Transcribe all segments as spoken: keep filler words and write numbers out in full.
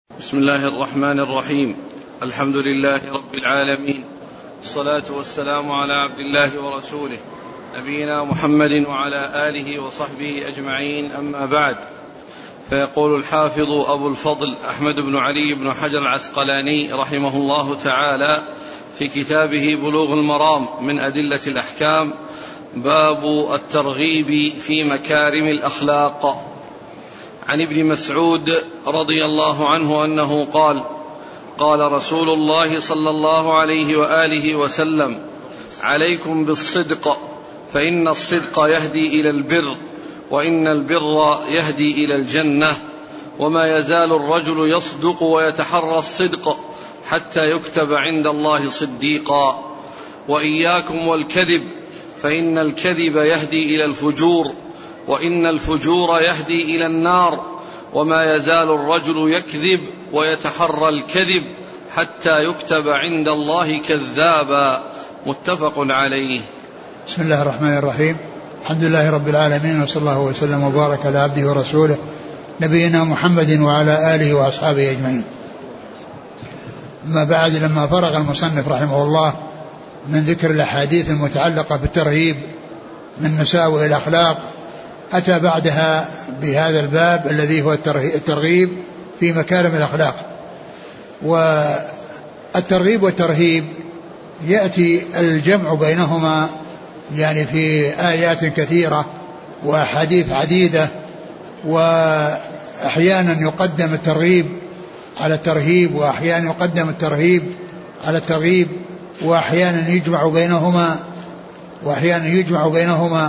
بسم الله الرحمن الرحيم. الحمد لله رب العالمين، الصلاة والسلام على عبد الله ورسوله نبينا محمد وعلى آله وصحبه أجمعين، أما بعد. فيقول الحافظ أبو الفضل أحمد بن علي بن حجر العسقلاني رحمه الله تعالى في كتابه بلوغ المرام من أدلة الأحكام: باب الترغيب في مكارم الأخلاق. عن ابن مسعود رضي الله عنه أنه قال: قال رسول الله صلى الله عليه وآله وسلم: عليكم بالصدق، فإن الصدق يهدي إلى البر، وإن البر يهدي إلى الجنة، وما يزال الرجل يصدق ويتحرى الصدق حتى يكتب عند الله صديقا، وإياكم والكذب، فإن الكذب يهدي إلى الفجور، وإن الفجور يهدي إلى النار، وما يزال الرجل يكذب ويتحرى الكذب حتى يكتب عند الله كذابا. متفق عليه. بسم الله الرحمن الرحيم. الحمد لله رب العالمين، وصلى الله وسلم وبارك على عبده ورسوله نبينا محمد وعلى آله وأصحابه أجمعين. أما بعد، لما فرغ المصنف رحمه الله من ذكر الأحاديث المتعلقة بالترهيب من مساوئ الأخلاق، أتى بعدها بهذا الباب الذي هو الترغيب في مكارم الأخلاق. والترغيب والترهيب يأتي الجمع بينهما يعني في آيات كثيرة وأحاديث عديدة، وأحيانا يقدم الترغيب على الترهيب، وأحيانا يقدم الترهيب على الترغيب، وأحيانا يجمع بينهما وأحيانا يجمع بينهما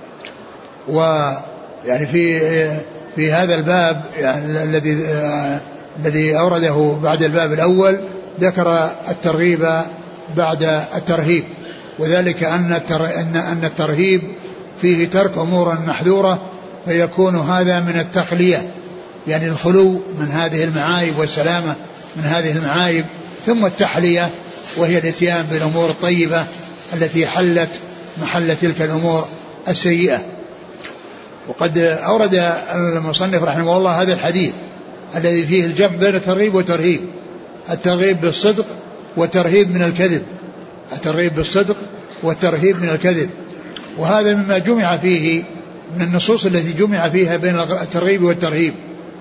ويعني في في هذا الباب يعني الذي الذي أورده بعد الباب الأول ذكر الترغيب بعد الترهيب، وذلك أن أن الترهيب فيه ترك أمور محذورة، فيكون هذا من التخلية، يعني الخلو من هذه المعايب والسلامة من هذه المعايب، ثم التحلية وهي الاتيان بالأمور الطيبة التي حلت محل تلك الأمور السيئة. وقد أورد المصنف رحمه الله هذا الحديث الذي فيه الجمع بين الترغيب والترهيب: الترغيب بالصدق والترهيب من الكذب، الترغيب بالصدق والترهيب من الكذب. وهذا مما جمع فيه من النصوص التي جمع فيها بين الترغيب والترهيب.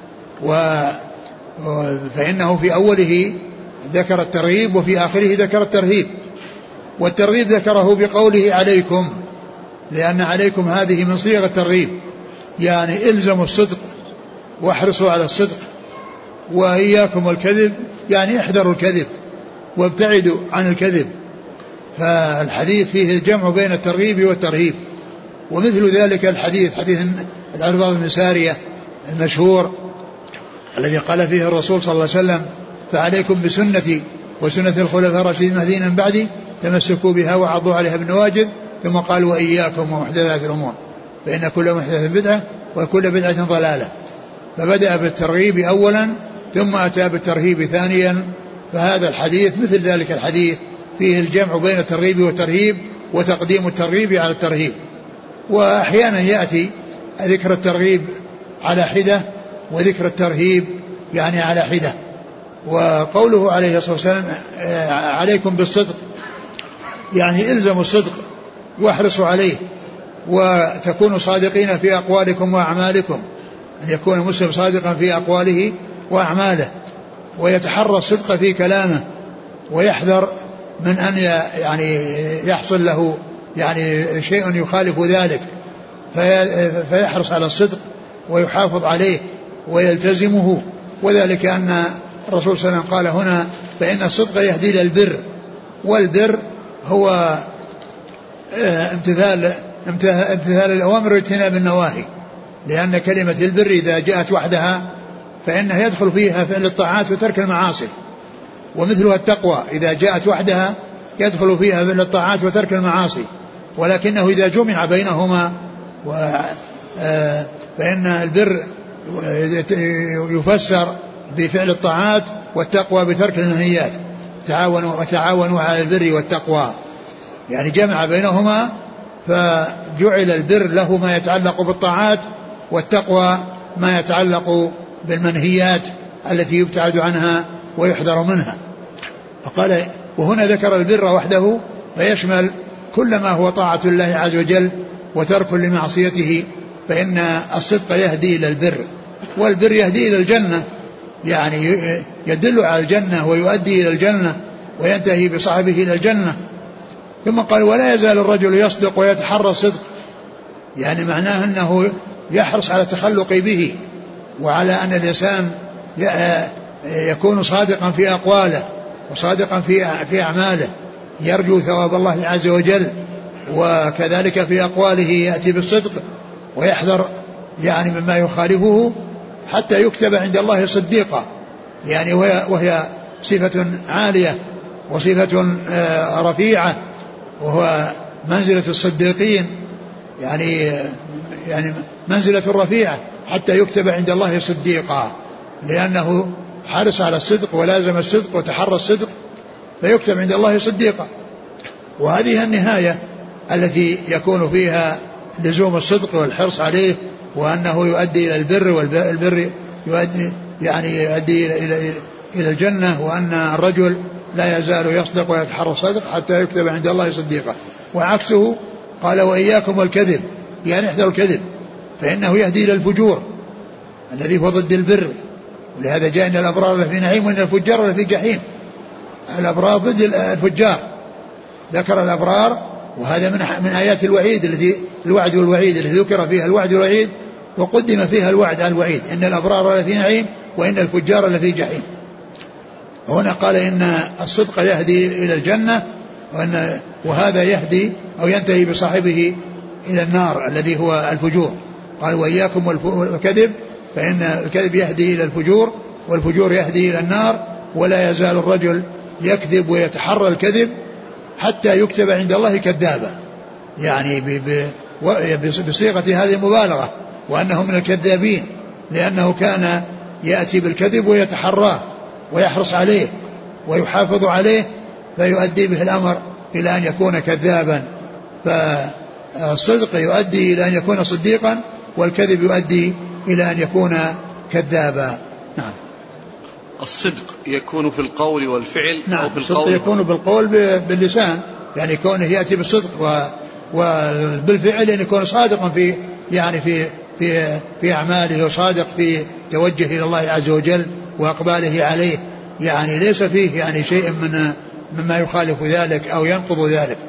فإنه في أوله ذكر الترغيب وفي آخره ذكر الترهيب. والترغيب ذكره بقوله عليكم، لأن عليكم هذه من صيغ الترغيب، يعني إلزموا الصدق واحرصوا على الصدق، وإياكم والكذب يعني احذروا الكذب وابتعدوا عن الكذب. فالحديث فيه الجمع بين الترغيب والترهيب. ومثل ذلك الحديث حديث العرباض بن سارية المشهور الذي قال فيه الرسول صلى الله عليه وسلم: فعليكم بسنتي وسنة الخلفاء الراشدين المهديين من بعدي، تمسكوا بها وعضوا عليها بالنواجذ. ثم قال: وإياكم ومحدثات الأمور، فإن كل محدثة بدعة وكل بدعة ضلالة. فبدأ بالترغيب أولا ثم أتى بالترهيب ثانيا. فهذا الحديث مثل ذلك الحديث فيه الجمع بين الترغيب والترهيب وتقديم الترغيب على الترهيب. وأحيانا يأتي ذكر الترغيب على حدة وذكر الترهيب يعني على حدة. وقوله عليه الصلاة والسلام: عليكم بالصدق، يعني إلزموا الصدق واحرصوا عليه، وتكونوا صادقين في أقوالكم وأعمالكم، أن يكون المسلم صادقا في أقواله وأعماله، ويتحرى الصدق في كلامه، ويحذر من أن يعني يحصل له يعني شيء يخالف ذلك، فيحرص على الصدق ويحافظ عليه ويلتزمه. وذلك أن الرسول صلى الله عليه وسلم قال هنا: فإن الصدق يهدي إلى البر، والبر هو امتثال امتثال الأوامر واجتناب النواهي، لأن كلمة البر إذا جاءت وحدها فإنها يدخل فيها فعل الطاعات وترك المعاصي، ومثلها التقوى إذا جاءت وحدها يدخل فيها فعل الطاعات وترك المعاصي. ولكنه إذا جمع بينهما فإن البر يفسر بفعل الطاعات والتقوى بترك المنهيات، تعاونوا وتعاونوا على البر والتقوى، يعني جمع بينهما، فجعل البر له ما يتعلق بالطاعات، والتقوى ما يتعلق بالمنهيات التي يبتعد عنها ويحذر منها. فقال وهنا ذكر البر وحده فيشمل كل ما هو طاعة الله عز وجل وترك لمعصيته، فإن الصدق يهدي إلى البر، والبر يهدي إلى الجنة، يعني يدل على الجنة ويؤدي إلى الجنة وينتهي بصاحبه إلى الجنة. ثم قال ولا يزال الرجل يصدق ويتحرى الصدق، يعني معناه أنه يحرص على التخلق به وعلى أن الإنسان يكون صادقا في أقواله وصادقا في أعماله، يرجو ثواب الله عز وجل، وكذلك في أقواله يأتي بالصدق ويحذر يعني مما يخالفه حتى يكتب عند الله صديقا، يعني وهي صفة عالية وصفة رفيعة، وهو منزلة الصديقين، يعني يعني منزلة رفيعة حتى يكتب عند الله صديقا، لأنه حرص على الصدق ولازم الصدق وتحرى الصدق فيكتب عند الله صديقا. وهذه النهاية التي يكون فيها لزوم الصدق والحرص عليه، وأنه يؤدي إلى البر، والبر يؤدي يعني يؤدي إلى, إلى, إلى الجنة، وأن الرجل لا يزال يصدق ويتحرى الصدق حتى يكتب عند الله صديقا. وعكسه قال وإياكم والكذب، يعني احذروا الكذب فإنه يهدي إلى الفجور الذي هو ضد البر، ولهذا جاء إن الأبرار لفي نعيم وإن الفجار لفي جحيم. الأبرار ضد الفجار، ذكر الأبرار، وهذا من من آيات الوعيد التي الوعد والوعيد التي ذكر فيها الوعد والوعيد وقدم فيها الوعد على الوعيد، إن الأبرار لفي نعيم وإن الفجار لفي جحيم. هنا قال إن الصدق يهدي إلى الجنة، وأن وهذا يهدي أو ينتهي بصاحبه إلى النار الذي هو الفجور. قال وإياكم والكذب، فإن الكذب يهدي إلى الفجور والفجور يهدي إلى النار، ولا يزال الرجل يكذب ويتحرى الكذب حتى يكتب عند الله كذابا، يعني بصيغة هذه المبالغة، وأنه من الكذابين، لأنه كان يأتي بالكذب ويتحراه ويحرص عليه ويحافظ عليه، فيؤدي به الأمر إلى أن يكون كذابا. فالصدق يؤدي إلى أن يكون صديقا، والكذب يؤدي إلى أن يكون كذابا. نعم. الصدق يكون في القول والفعل، نعم. أو في الصدق القول يكون بالقول باللسان، يعني كونه يأتي بالصدق، وبالفعل أن يكون صادقا في يعني في في في أعماله، وصادق في توجه إلى الله عز وجل وأقباله عليه، يعني ليس فيه يعني شيء من مما يخالف ذلك أو ينقض ذلك.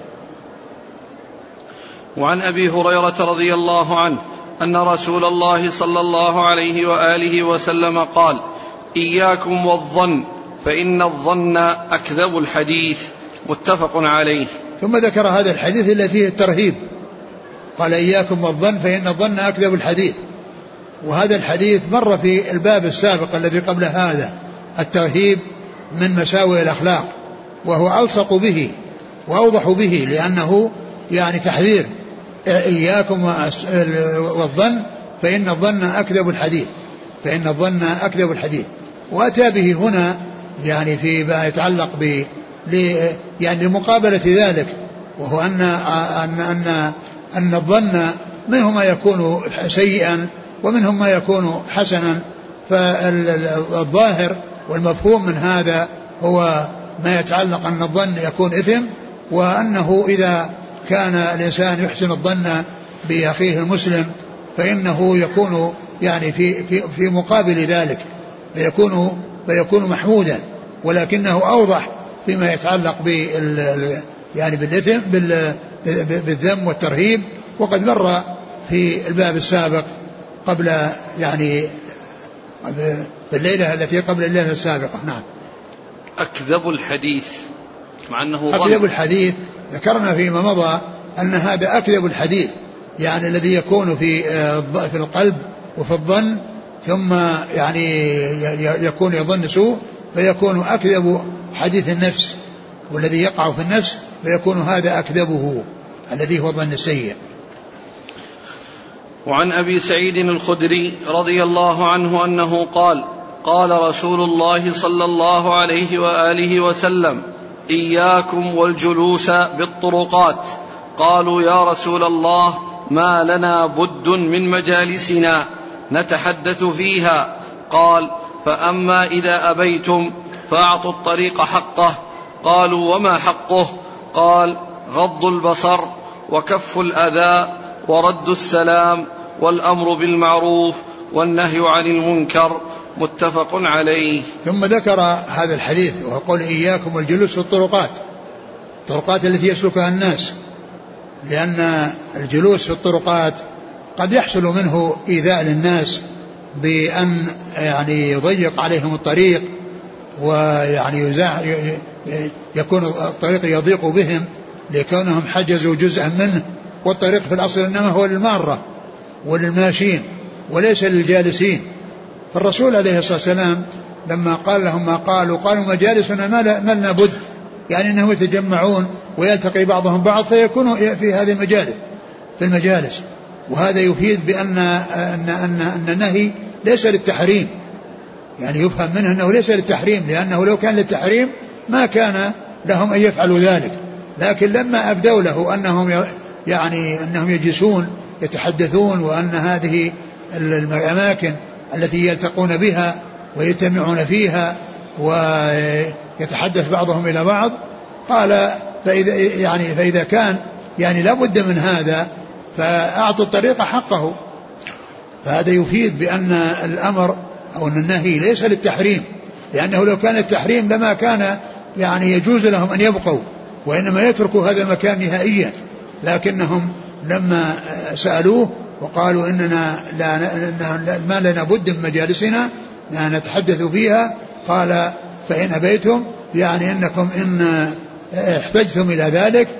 وعن أبي هريرة رضي الله عنه أن رسول الله صلى الله عليه وآله وسلم قال إياكم والظن فإن الظن أكذب الحديث، متفق عليه. ثم ذكر هذا الحديث الذي فيه الترهيب، قال إياكم والظن فإن الظن أكذب الحديث. وهذا الحديث مر في الباب السابق الذي قبل هذا، الترهيب من مساوئ الأخلاق، وهو ألصق به وأوضح به، لأنه يعني تحذير إياكم والظن فإن الظن أكذب الحديث، فإن الظن أكذب الحديث. وأتى به هنا يعني فيما يتعلق ب يعني لمقابلة ذلك، وهو أن أن أن أن الظن منه ما يكون سيئا ومنهم ما يكون حسنا، فالظاهر والمفهوم من هذا هو ما يتعلق أن الظن يكون إثم، وأنه إذا كان الإنسان يحسن الظن بأخيه المسلم فإنه يكون يعني في في في مقابل ذلك فيكون فيكون محمودا، ولكنه أوضح فيما يتعلق بال يعني بالإثم بالذم والترهيب، وقد مر في الباب السابق قبل يعني بالليلة التي قبل الليلة السابقة. نعم. أكذب الحديث مع أنه أكذب الحديث ذكرنا فيما مضى أن هذا أكذب الحديث، يعني الذي يكون في في القلب وفي الظن، ثم يعني يكون يظن سوء فيكون أكذب حديث النفس، والذي يقع في النفس فيكون هذا أكذبه الذي هو ظن السيء. وعن أبي سعيد الخدري رضي الله عنه أنه قال قال رسول الله صلى الله عليه وآله وسلم إياكم والجلوس بالطرقات. قالوا يا رسول الله ما لنا بد من مجالسنا نتحدث فيها؟ قال فأما إذا أبيتم فأعطوا الطريق حقه. قالوا وما حقه؟ قال غض البصر وكف الأذى ورد السلام والأمر بالمعروف والنهي عن المنكر. متفق عليه. ثم ذكر هذا الحديث وقال إياكم والجلوس في الطرقات، الطرقات التي يسلكها الناس، لأن الجلوس في الطرقات قد يحصل منه إيذاء للناس بأن يعني يضيق عليهم الطريق، ويعني يكون الطريق يضيق بهم لكونهم حجزوا جزءا منه، والطريق في الأصل إنما هو للمارة وللماشين وليس للجالسين. فالرسول عليه الصلاة والسلام لما قال لهم ما قالوا قالوا مجالسنا ما لنا بد، يعني أنهم يتجمعون ويلتقي بعضهم بعض فيكونوا في هذه المجالس في المجالس. وهذا يفيد بأن أن أن أن النهي ليس للتحريم، يعني يفهم منه أنه ليس للتحريم، لأنه لو كان للتحريم ما كان لهم أن يفعلوا ذلك، لكن لما أبدوا له أنهم يعني أنهم يجلسون يتحدثون، وأن هذه الأماكن التي يلتقون بها ويجتمعون فيها ويتحدث بعضهم إلى بعض، قال فإذا يعني فإذا كان يعني لا بد من هذا فأعطوا الطريق حقه. فهذا يفيد بأن الأمر أو أن النهي ليس للتحريم، لأنه لو كان التحريم لما كان يعني يجوز لهم أن يبقوا وإنما يتركوا هذا المكان نهائيا، لكنهم لما سألوه وقالوا إننا لا ما لنا بد من مجالسنا نتحدث فيها، قال فإن أبيتم يعني أنكم إن احتجتم إلى ذلك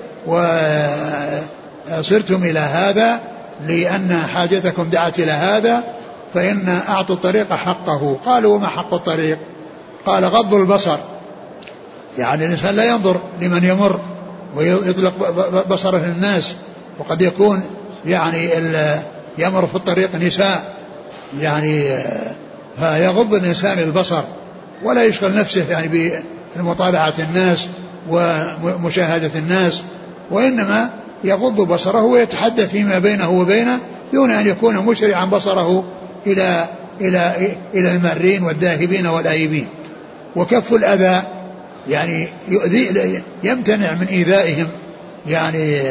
وصرتم إلى هذا لأن حاجتكم دعت إلى هذا فإن أعطوا الطريق حقه. قالوا وما حق الطريق؟ قال غض البصر، يعني الإنسان لا ينظر لمن يمر ويطلق بصره للناس، وقد يكون يعني يمر في الطريق نساء يعني فيغض الإنسان البصر ولا يشغل نفسه يعني بمطالعة الناس ومشاهدة الناس، وإنما يغض بصره ويتحدث فيما بينه وبينه دون أن يكون مشرعا بصره إلى إلى إلى المارين والذاهبين والآيبين. وكف الأذى يعني يؤذي يمتنع من إيذائهم يعني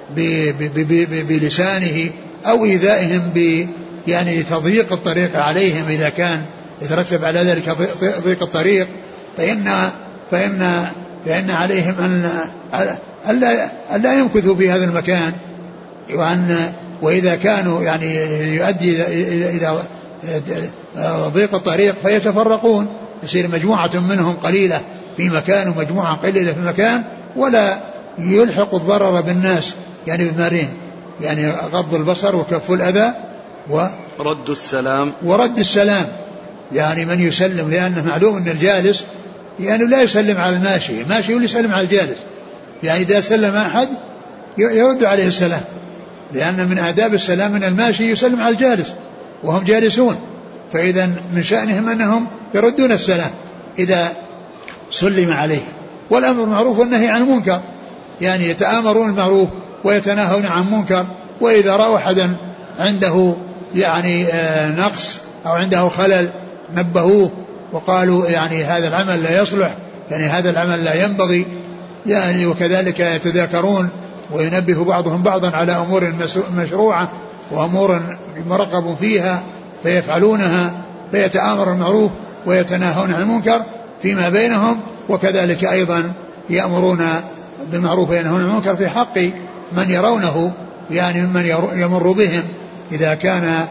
بلسانه أو إيذائهم ب يعني تضييق الطريق عليهم إذا كان يترتب على ذلك ضيق الطريق، فإن فإن فإن عليهم أن ألا يمكثوا في هذا المكان، وأن وإذا كانوا يعني يؤدي إلى ضيق الطريق فيتفرقون، يصير مجموعة منهم قليلة في مكان ومجموعة قليلة في مكان، ولا يلحق الضرر بالناس يعني بالمارين. يعني غض البصر وكف الأذى ورد السلام ورد السلام يعني من يسلم، لأنه معلوم أن الجالس يعني لا يسلم على الماشي، الماشي يقول يسلم على الجالس، يعني إذا سلم أحد يرد عليه السلام، لأن من آداب السلام من الماشي يسلم على الجالس وهم جالسون، فإذا من شأنهم أنهم يردون السلام إذا سلم عليه. والأمر بالمعروف والنهي عن المنكر، يعني يتآمرون المعروف ويتناهون عن منكر، وإذا رأوا أحدا عنده يعني نقص أو عنده خلل نبهوه وقالوا يعني هذا العمل لا يصلح، يعني هذا العمل لا ينبغي، يعني وكذلك يتذاكرون وينبه بعضهم بعضا على أمور مشروعة وأمور مرغب فيها فيفعلونها، فيتآمر المعروف ويتناهون عن المنكر فيما بينهم، وكذلك أيضا يأمرون بالمعروف وينهون عن المنكر في حق من يرونه يعني ممن يمر بهم إذا كان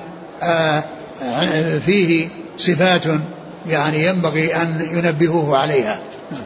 فيه صفات يعني ينبغي أن ينبهوه عليها.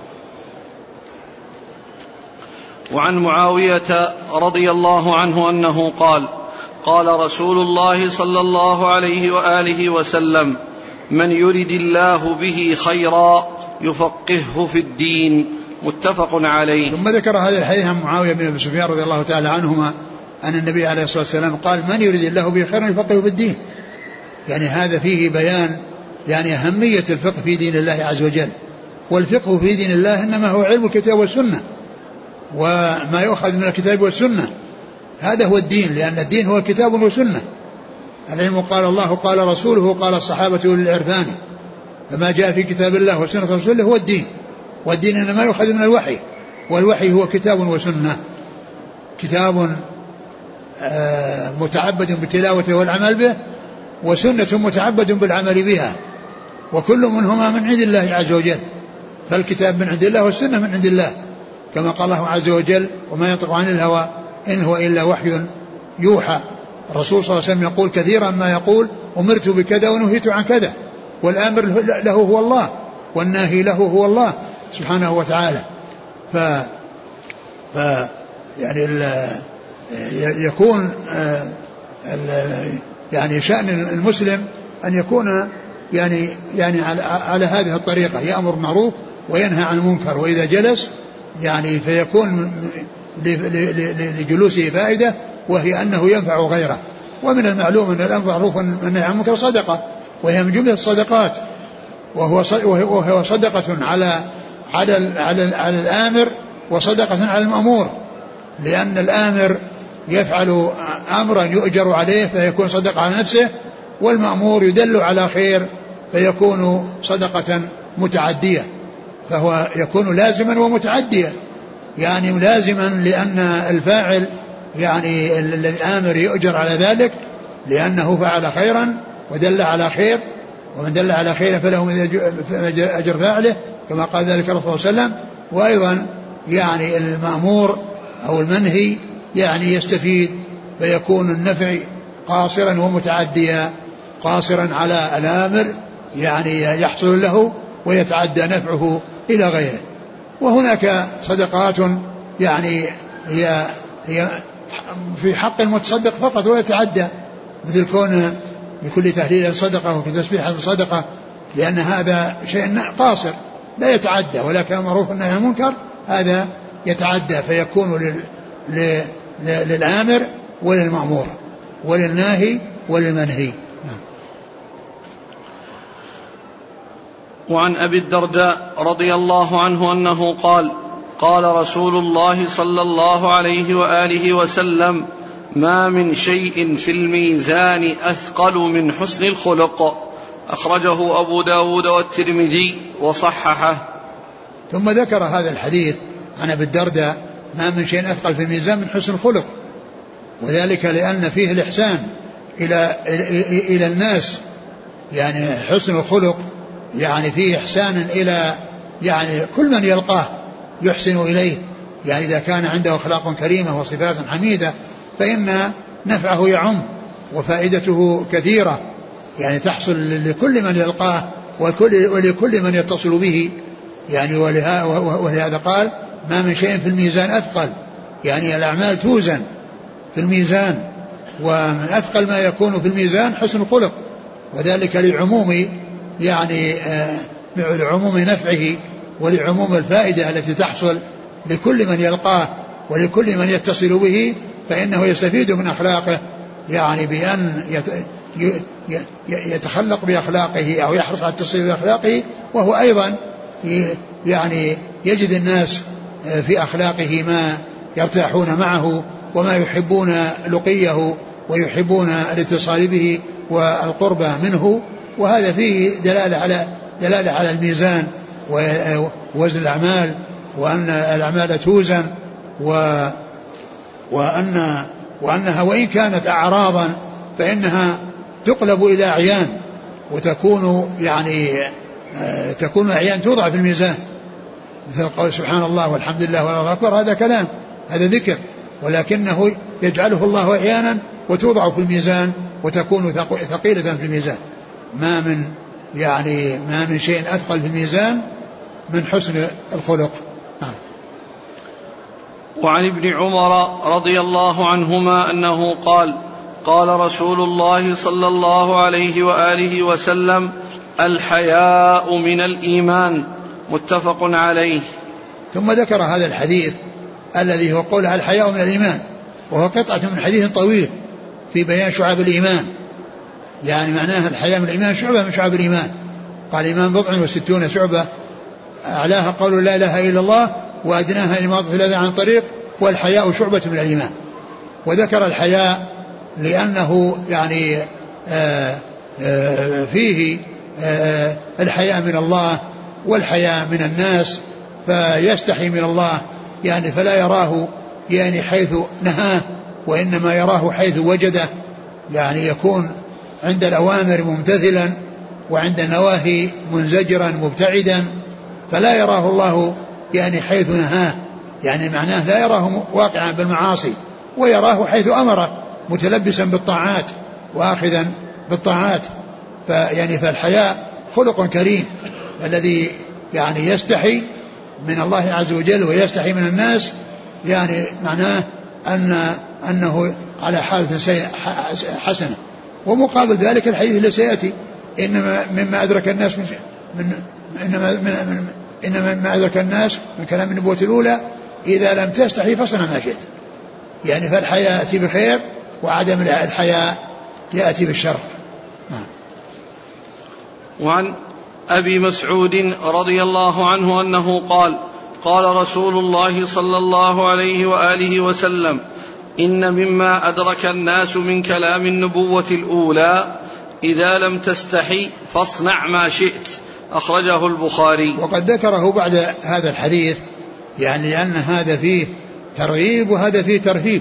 وعن معاوية رضي الله عنه أنه قال قال رسول الله صلى الله عليه وآله وسلم من يرد الله به خيرا يفقهه في الدين. متفق عليه. ثم ذكر هذا الحديث عن معاوية بن أبي سفيان رضي الله تعالى عنهما أن النبي عليه الصلاة والسلام قال من يرد الله به خيرا يفقهه في الدين، يعني هذا فيه بيان يعني أهمية الفقه في دين الله عز وجل. والفقه في دين الله إنما هو علم الكتاب والسنة وما يؤخذ من الكتاب والسنة، هذا هو الدين، لأن الدين هو الكتاب والسنة. العلم قال الله قال رسوله قال الصحابة والعرفان، فما جاء في كتاب الله وسنة رسوله هو الدين، والدين إنما يؤخذ من الوحي، والوحي هو كتاب وسنة، كتاب متعبد بتلاوته والعمل به، وسنة متعبد بالعمل بها، وكل منهما من عند الله عز وجل. فالكتاب من عند الله والسنة من عند الله، كما قال الله عز وجل: وما ينطق عن الهوى إن هو إلا وحي يوحى. الرسول صلى الله عليه وسلم يقول كثيرا ما يقول: أمرت بكذا ونهيت عن كذا، والآمر له هو الله والناهي له هو الله سبحانه وتعالى. ف, ف يعني ال يكون يعني شأن المسلم أن يكون يعني يعني على, على هذه الطريقة، يأمر بالمعروف وينهى عن المنكر، وإذا جلس يعني فيكون لجلوسه فائدة، وهي أنه ينفع غيره. ومن المعلوم أن الأمر بالمعروف والنهي عن المنكر صدقة، وهي من جملة الصدقات، وهو وهو صدقة على على على, على الآمر، وصدقة على المأمور، لأن الآمر يفعل أمرا يؤجر عليه فيكون صدقة على نفسه، والمأمور يدل على خير فيكون صدقة متعدية، فهو يكون لازما ومتعديا. يعني لازما لأن الفاعل يعني الآمر يؤجر على ذلك لأنه فعل خيرا ودل على خير، ومن دل على خير فله من أجر فاعله، كما قال ذلك الرسول صلى الله عليه وسلم. وأيضا يعني المأمور أو المنهي يعني يستفيد، فيكون النفع قاصرا ومتعديا، قاصرا على الآمر يعني يحصل له ويتعدى نفعه إلى غيره. وهناك صدقات يعني هي هي في حق المتصدق فقط ويتعدى، مثل كون بكل تهليل صدقة وكل تسبيح صدقة، لأن هذا شيء قاصر لا يتعدى، ولكن معروف النهي عن المنكر هذا يتعدى، فيكون لل... ل... للآمر وللمأمور وللناهي وللمنهي. وعن أبي الدرداء رضي الله عنه أنه قال: قال رسول الله صلى الله عليه وآله وسلم: ما من شيء في الميزان أثقل من حسن الخلق. أخرجه أبو داود والترمذي وصححه. ثم ذكر هذا الحديث عن أبي الدرداء: ما من شيء أثقل في الميزان من حسن الخلق، وذلك لأن فيه الإحسان إلى إلى الناس، يعني حسن الخلق يعني فيه إحسان إلى يعني كل من يلقاه يحسن إليه، يعني إذا كان عنده أخلاق كريمة وصفات حميدة فإن نفعه يعم وفائدته كثيرة، يعني تحصل لكل من يلقاه ولكل من يتصل به. يعني ولهذا قال: ما من شيء في الميزان أثقل، يعني الأعمال توزن في الميزان، ومن أثقل ما يكون في الميزان حسن الخلق، وذلك لعموم يعني آه لعموم نفعه ولعموم الفائدة التي تحصل لكل من يلقاه ولكل من يتصل به، فإنه يستفيد من أخلاقه، يعني بأن يتخلق بأخلاقه أو يحرص على التصرف بأخلاقه، وهو أيضا يعني يجد الناس في أخلاقه ما يرتاحون معه وما يحبون لقيه ويحبون الاتصال به والقرب منه. وهذا فيه دلالة على دلالة على الميزان ووزن الأعمال، وأن الأعمال توزن، و وأن وأنها وإن كانت أعراضا فإنها تقلب إلى أعيان، وتكون يعني تكون أعيان توضع في الميزان، مثل قول سبحان الله والحمد لله والله أكبر، هذا كلام، هذا ذكر، ولكنه يجعله الله أحيانا وتوضع في الميزان وتكون ثقيلة في الميزان. ما من يعني ما من شيء أثقل في الميزان من حسن الخلق. وعن ابن عمر رضي الله عنهما أنه قال: قال رسول الله صلى الله عليه وآله وسلم: الحياء من الإيمان. متفق عليه. ثم ذكر هذا الحديث الذي هو قول الحياء من الإيمان، وهو قطعة من حديث طويل في بيان شعب الإيمان، يعني معناها الحياء من الإيمان شعبة من شعب الإيمان. قال الإيمان بضع وستون شعبة، أعلاها قول لا إله إلا الله، وأدناها إماطة الأذى عن طريق، والحياء شعبة من الإيمان. وذكر الحياء لأنه يعني آآ آآ فيه الحياء من الله والحياء من الناس، فيستحي من الله يعني فلا يراه يعني حيث نهاه، وإنما يراه حيث وجده، يعني يكون عند الأوامر ممتثلا وعند النواهي منزجرا مبتعدا، فلا يراه الله يعني حيث نهاه، يعني معناه لا يراه واقعا بالمعاصي، ويراه حيث أمره متلبسا بالطاعات وآخذا بالطاعات. فيعني فالحياء خلق كريم، الذي يعني يستحي من الله عز وجل ويستحي من الناس، يعني معناه أن أنه على حالة حسنة. ومقابل ذلك الحديث اللي سيأتي إنما مما أدرك الناس من, من إنما من إنما مما أدرك الناس من كلام النبوة الأولى إذا لم تستحي فاصنع ما شئت، يعني فالحياء يأتي بخير وعدم الحياء يأتي بالشر. وعن أبي مسعود رضي الله عنه أنه قال قال رسول الله صلى الله عليه وآله وسلم إن مما أدرك الناس من كلام النبوة الأولى إذا لم تستحي فاصنع ما شئت، أخرجه البخاري. وقد ذكره بعد هذا الحديث يعني لأن هذا فيه ترغيب وهذا فيه ترهيب،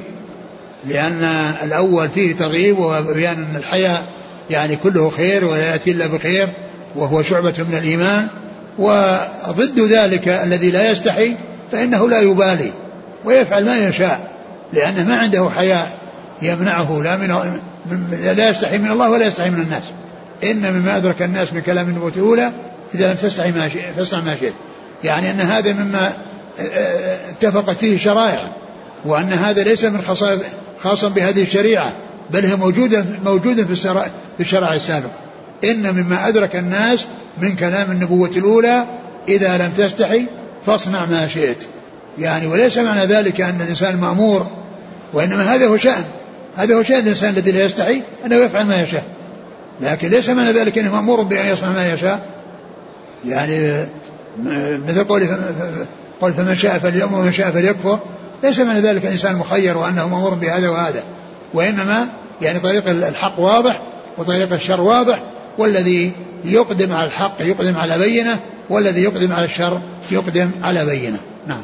لأن الأول فيه ترغيب وبيان أن الحياء يعني كله خير ولا يأتي إلا بخير وهو شعبة من الإيمان، وضد ذلك الذي لا يستحي فإنه لا يبالي ويفعل ما يشاء، لأنه ما عنده حياء يمنعه لا, من لا يستحي من الله ولا يستحي من الناس. إن مما أدرك الناس من كلام النبوة الأولى إذا لم تستحي ما شئت فاصنع ما شئت، يعني أن هذا مما اتفقت فيه شرائع، وأن هذا ليس من خصائص خاصا بهذه الشريعة، بل هي موجودة موجودة في الشرائع السابقة. إن مما أدرك الناس من كلام النبوة الأولى إذا لم تستحي فاصنع ما شئت، يعني وليس معنى ذلك أن الإنسان مأمور، وإنما هذا هو شأن هذا هو شأن الإنسان الذي لا يستحي أنه يفعل ما يشاء، لكن ليس معنى ذلك أنه مأمور بأن يصنع ما يشاء، يعني مثل قوله قل فمن شاء فليؤمن ومن شاء فليكفر، ليس معنى ذلك الإنسان مخير وأنه مأمور بهذا وهذا، وإنما يعني طريق الحق واضح وطريق الشر واضح، والذي يقدم على الحق يقدم على بينه، والذي يقدم على الشر يقدم على بينه. نعم.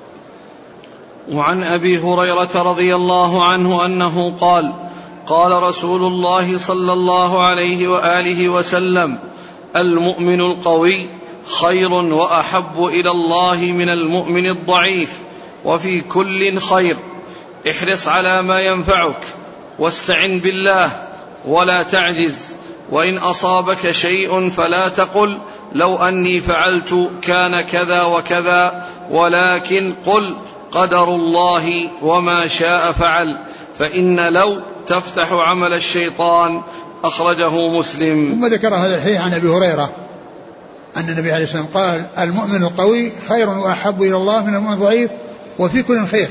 وعن أبي هريرة رضي الله عنه أنه قال قال رسول الله صلى الله عليه وآله وسلم المؤمن القوي خير وأحب إلى الله من المؤمن الضعيف، وفي كل خير، احرص على ما ينفعك واستعن بالله ولا تعجز، وإن أصابك شيء فلا تقل لو أني فعلت كان كذا وكذا، ولكن قل قدر الله وما شاء فعل، فإن لو تفتح عمل الشيطان، أخرجه مسلم. ثم ذكر هذا الحديث عن أبي هريرة أن النبي عليه الصلاة والسلام قال المؤمن القوي خير وأحب إلى الله من المؤمن الضعيف وفي كل خير.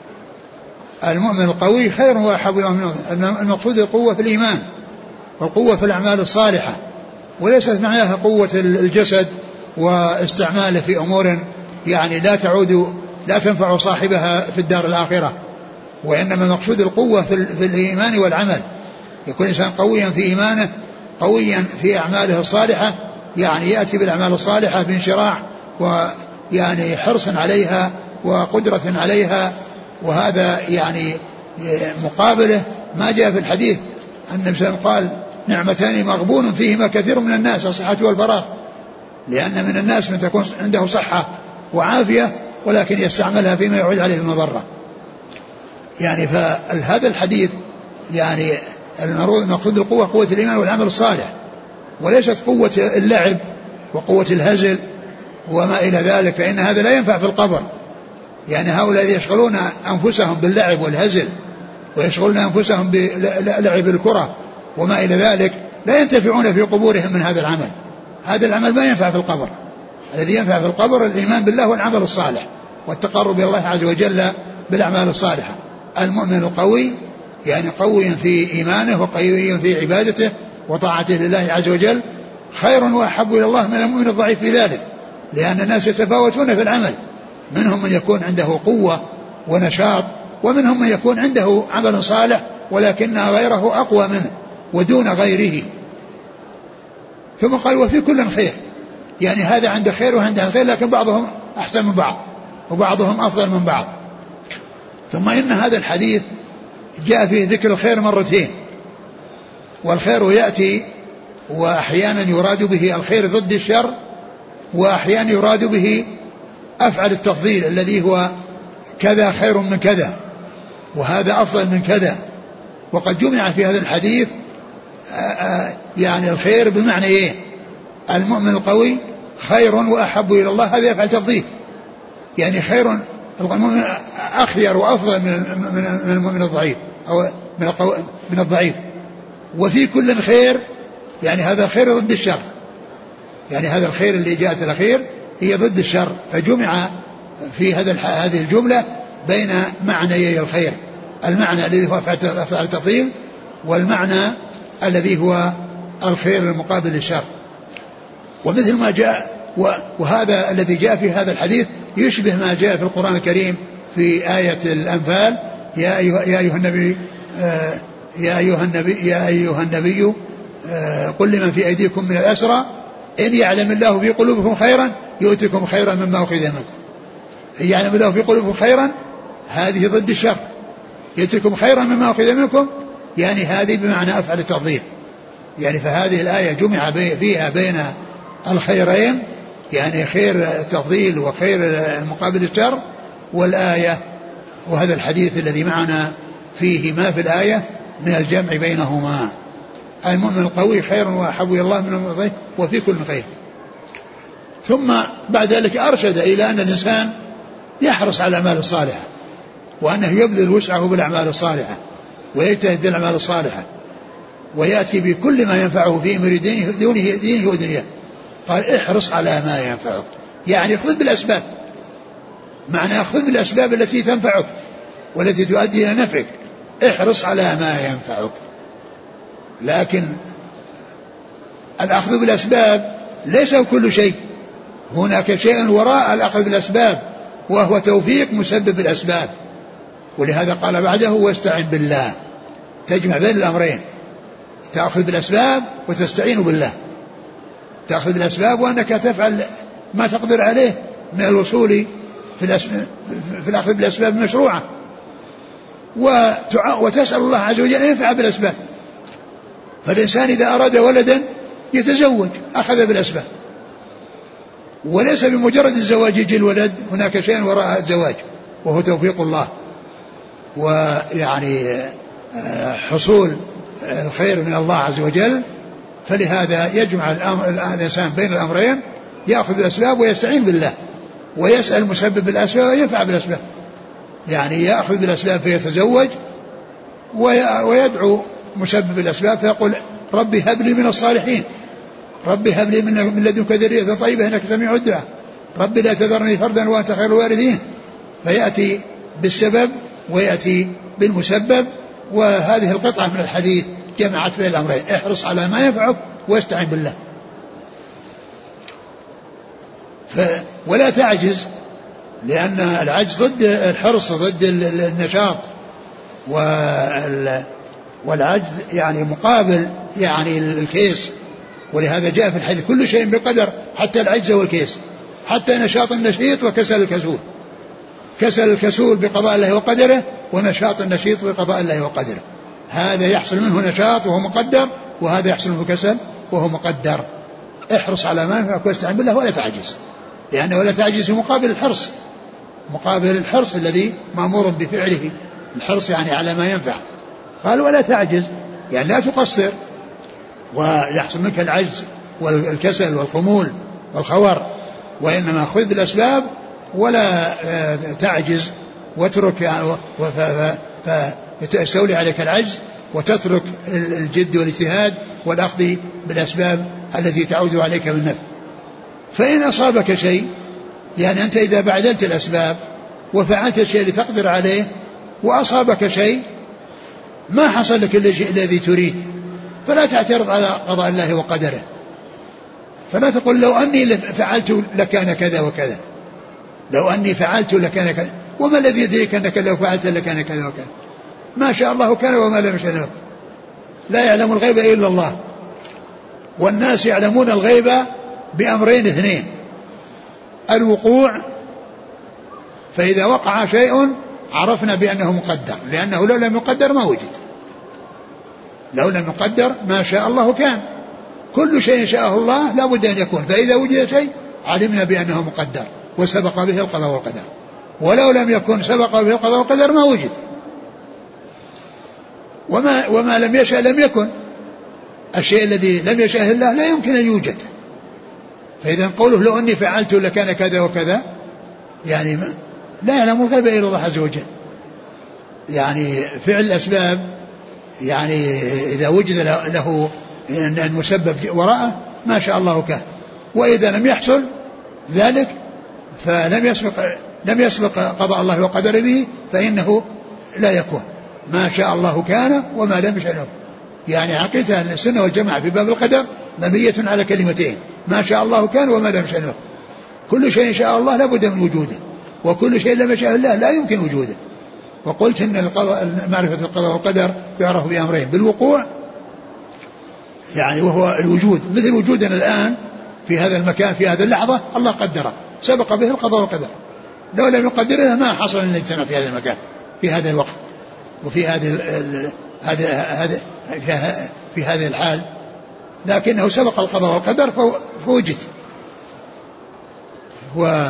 المؤمن القوي خير وأحب إلى الله من المقصود القوة في الإيمان والقوة في الأعمال الصالحة، وليست معناها قوة الجسد واستعماله في أمور يعني لا تعود لا تنفع صاحبها في الدار الآخرة، وإنما المقصود القوة في الإيمان والعمل، يكون إنسان قويا في إيمانه قويا في أعماله الصالحة، يعني يأتي بالأعمال الصالحة بانشراح ويعني حرص عليها وقدرة عليها، وهذا يعني مقابله ما جاء في الحديث أن النبي صلى الله عليه وسلم قال نعمتان مغبون فيهما كثير من الناس الصحة والفراغ، لأن من الناس من تكون عنده صحة وعافية ولكن يستعملها فيما يعود عليه المضرة. يعني فهذا الحديث يعني المقصود القوة قوة الإيمان والعمل الصالح، وليست قوة اللعب وقوة الهزل وما إلى ذلك، فإن هذا لا ينفع في القبر. يعني هؤلاء يشغلون أنفسهم باللعب والهزل ويشغلون أنفسهم بلعب الكرة وما إلى ذلك، لا ينتفعون في قبورهم من هذا العمل. هذا العمل ما ينفع في القبر، الذي ينفع في القبر الإيمان بالله والعمل الصالح والتقرب إلى الله عز وجل بالأعمال الصالحة. المؤمن القوي يعني قوي في إيمانه وقوي في عبادته وطاعته لله عز وجل خير وأحب إلى الله من المؤمن الضعيف في ذلك، لأن الناس يتفاوتون في العمل، منهم من يكون عنده قوة ونشاط، ومنهم من يكون عنده عمل صالح ولكن غيره أقوى منه ودون غيره. ثم قال وفي كل خير، يعني هذا عنده خير وعنده خير، لكن بعضهم أحسن من بعض وبعضهم أفضل من بعض. ثم إن هذا الحديث جاء فيه ذكر الخير مرتين، والخير يأتي وأحيانا يراد به الخير ضد الشر، وأحيانا يراد به أفعل التفضيل الذي هو كذا خير من كذا وهذا أفضل من كذا. وقد جمع في هذا الحديث يعني الخير بالمعنى إيه؟ المؤمن القوي خير وأحب إلى الله، هذا يفعل تفضيل، يعني خير المؤمن أخير وأفضل من المؤمن الضعيف أو من القوي من الضعيف. وفي كل خير، يعني هذا خير ضد الشر، يعني هذا الخير اللي جاءت الأخير هي ضد الشر، فجمع في هذا هذه الجملة بين معنيي الخير، المعنى الذي هو أفعال التفضيل والمعنى الذي هو الخير المقابل للشر. ومثل ما جاء وهذا الذي جاء في هذا الحديث يشبه ما جاء في القرآن الكريم في آية الأنفال: يا أيها, يا أيها النبي آه يا أيها النبي يا أيها النبي آه قل لمن في أيديكم من الأسرى إن يعلم الله في قلوبكم خيرا يؤتكم خيرا مما أخذ منكم. إن يعلم الله في قلوبكم خيرا هذه ضد الشر، يؤتكم خيرا مما أخذ منكم، يعني هذه بمعنى أفعل التفضيل. يعني فهذه الآية جمع فيها بين الخيرين، يعني خير التفضيل وخير المقابل الشر، والآية وهذا الحديث الذي معنا فيه ما في الآية من الجمع بينهما. المؤمن القوي خير وأحب إلى الله من المؤمن الضعيف وفي كل خير. ثم بعد ذلك أرشد إلى أن الإنسان يحرص على الأعمال الصالحة، وأنه يبذل وسعه بالأعمال الصالحة ويجتهد بالأعمال الصالحة ويأتي بكل ما ينفعه في أمر دينه, دينه ودنياه. قال احرص على ما ينفعك، يعني خذ بالأسباب، معنى خذ بالأسباب التي تنفعك والتي تؤدي إلى نفعك، احرص على ما ينفعك. لكن الأخذ بالأسباب ليس كل شيء، هناك شيء وراء الأخذ بالأسباب وهو توفيق مسبب الأسباب. ولهذا قال بعده واستعن بالله، تجمع بين الأمرين، تأخذ بالأسباب وتستعين بالله. تأخذ بالأسباب وأنك تفعل ما تقدر عليه من الوصول في, في الأخذ بالأسباب المشروعة، وتسأل الله عز وجل أن ينفع بالأسباب. فالإنسان إذا أراد ولدا يتزوج أخذ بالأسباب، وليس بمجرد الزواج يجي الولد، هناك شيء وراء الزواج وهو توفيق الله ويعني حصول الخير من الله عز وجل. فلهذا يجمع الإنسان بين الأمرين، يأخذ الأسباب ويستعين بالله ويسأل مسبب الأسباب وينفع بالأسباب، يعني يأخذ بالأسباب فيتزوج ويدعو مسبب الأسباب فيقول ربي هب لي من الصالحين، ربي هب لي من لدنك ذرية طيبة إنك سميع الدعاء، ربي لا تذرني فردا وأنت خير الوارثين. فيأتي بالسبب ويأتي بالمسبب. وهذه القطعة من الحديث جمعت بين الأمرين، احرص على ما ينفعك واستعن بالله. ف ولا تعجز، لأن العجز ضد الحرص ضد النشاط، والعجز يعني مقابل يعني الكيس. ولهذا جاء في الحديث كل شيء بقدر حتى العجز والكيس، حتى نشاط النشيط وكسل الكسول. كسل الكسول بقضاء الله وقدره، ونشاط النشيط بقضاء الله وقدره. هذا يحصل منه نشاط وهو مقدر، وهذا يحصل منه كسل وهو مقدر. احرص على ما ينفعك واستعن بالله ولا تعجز، لأنه ولا تعجز مقابل الحرص، مقابل الحرص الذي مأمور بفعله، الحرص يعني على ما ينفع. قال ولا تعجز، يعني لا تقصر ويحصل منك العجز والكسل والخمول والخور، وإنما خذ بالأسباب ولا تعجز واترك يعني فتستولي عليك العجز وتترك الجد والاجتهاد والأخذ بالأسباب التي تعود عليك بالنفع. فإن أصابك شيء، يعني أنت إذا بعدلت الأسباب وفعلت الشيء اللي تقدر عليه وأصابك شيء ما حصل لك الذي تريد، فلا تعترض على قضاء الله وقدره، فلا تقول لو أني فعلت لكان كذا وكذا، لو أني فعلت لكان كذا، وما الذي يدريك أنك لو فعلت لكان كذا وكذا؟ ما شاء الله كان وما لم يشاء لم يكن، لا يعلم الغيب إلا الله. والناس يعلمون الغيب بأمرين اثنين: الوقوع، فإذا وقع شيء عرفنا بأنه مقدر، لأنه لو لم يقدر ما وجد، لو لم يقدر ما شاء الله كان، كل شيء شاءه الله لا بد أن يكون، فإذا وجد شيء علمنا بأنه مقدر وسبق به القضاء والقدر، ولو لم يكن سبق به القضاء والقدر ما وجد. وما, وما لم يشأ لم يكن، الشيء الذي لم يشأه الله لا يمكن أن يوجد. فإذا قوله لو أني فعلت لكان كذا وكذا، يعني لا يعلم الغيب إلا الله عز وجل. يعني فعل الأسباب، يعني إذا وجد له المسبب وراءه ما شاء الله كان، وإذا لم يحصل ذلك فلم يسبق لم يسبق قضاء الله وقدر به فإنه لا يكون. ما شاء الله كان وما لم يشأ له. يعني عقيدة أهل السنة والجماعة في باب القدر مبنية على كلمتين: ما شاء الله كان وما لم يشأ له. كل شيء شاء الله لا بد من وجوده، وكل شيء لم يشاء الله لا يمكن وجوده. وقلت إن معرفة القضاء والقدر يعرف بأمرين: بالوقوع يعني وهو الوجود، مثل وجودنا الآن في هذا المكان في هذه اللحظة الله قدره، سبق به القضاء والقدر، لو لم يقدرنا ما حصل أن نجتمع في هذا المكان في هذا الوقت وفي هذه هذا هذا في هذه الحال، لكنه سبق القضاء والقدر فوجد. و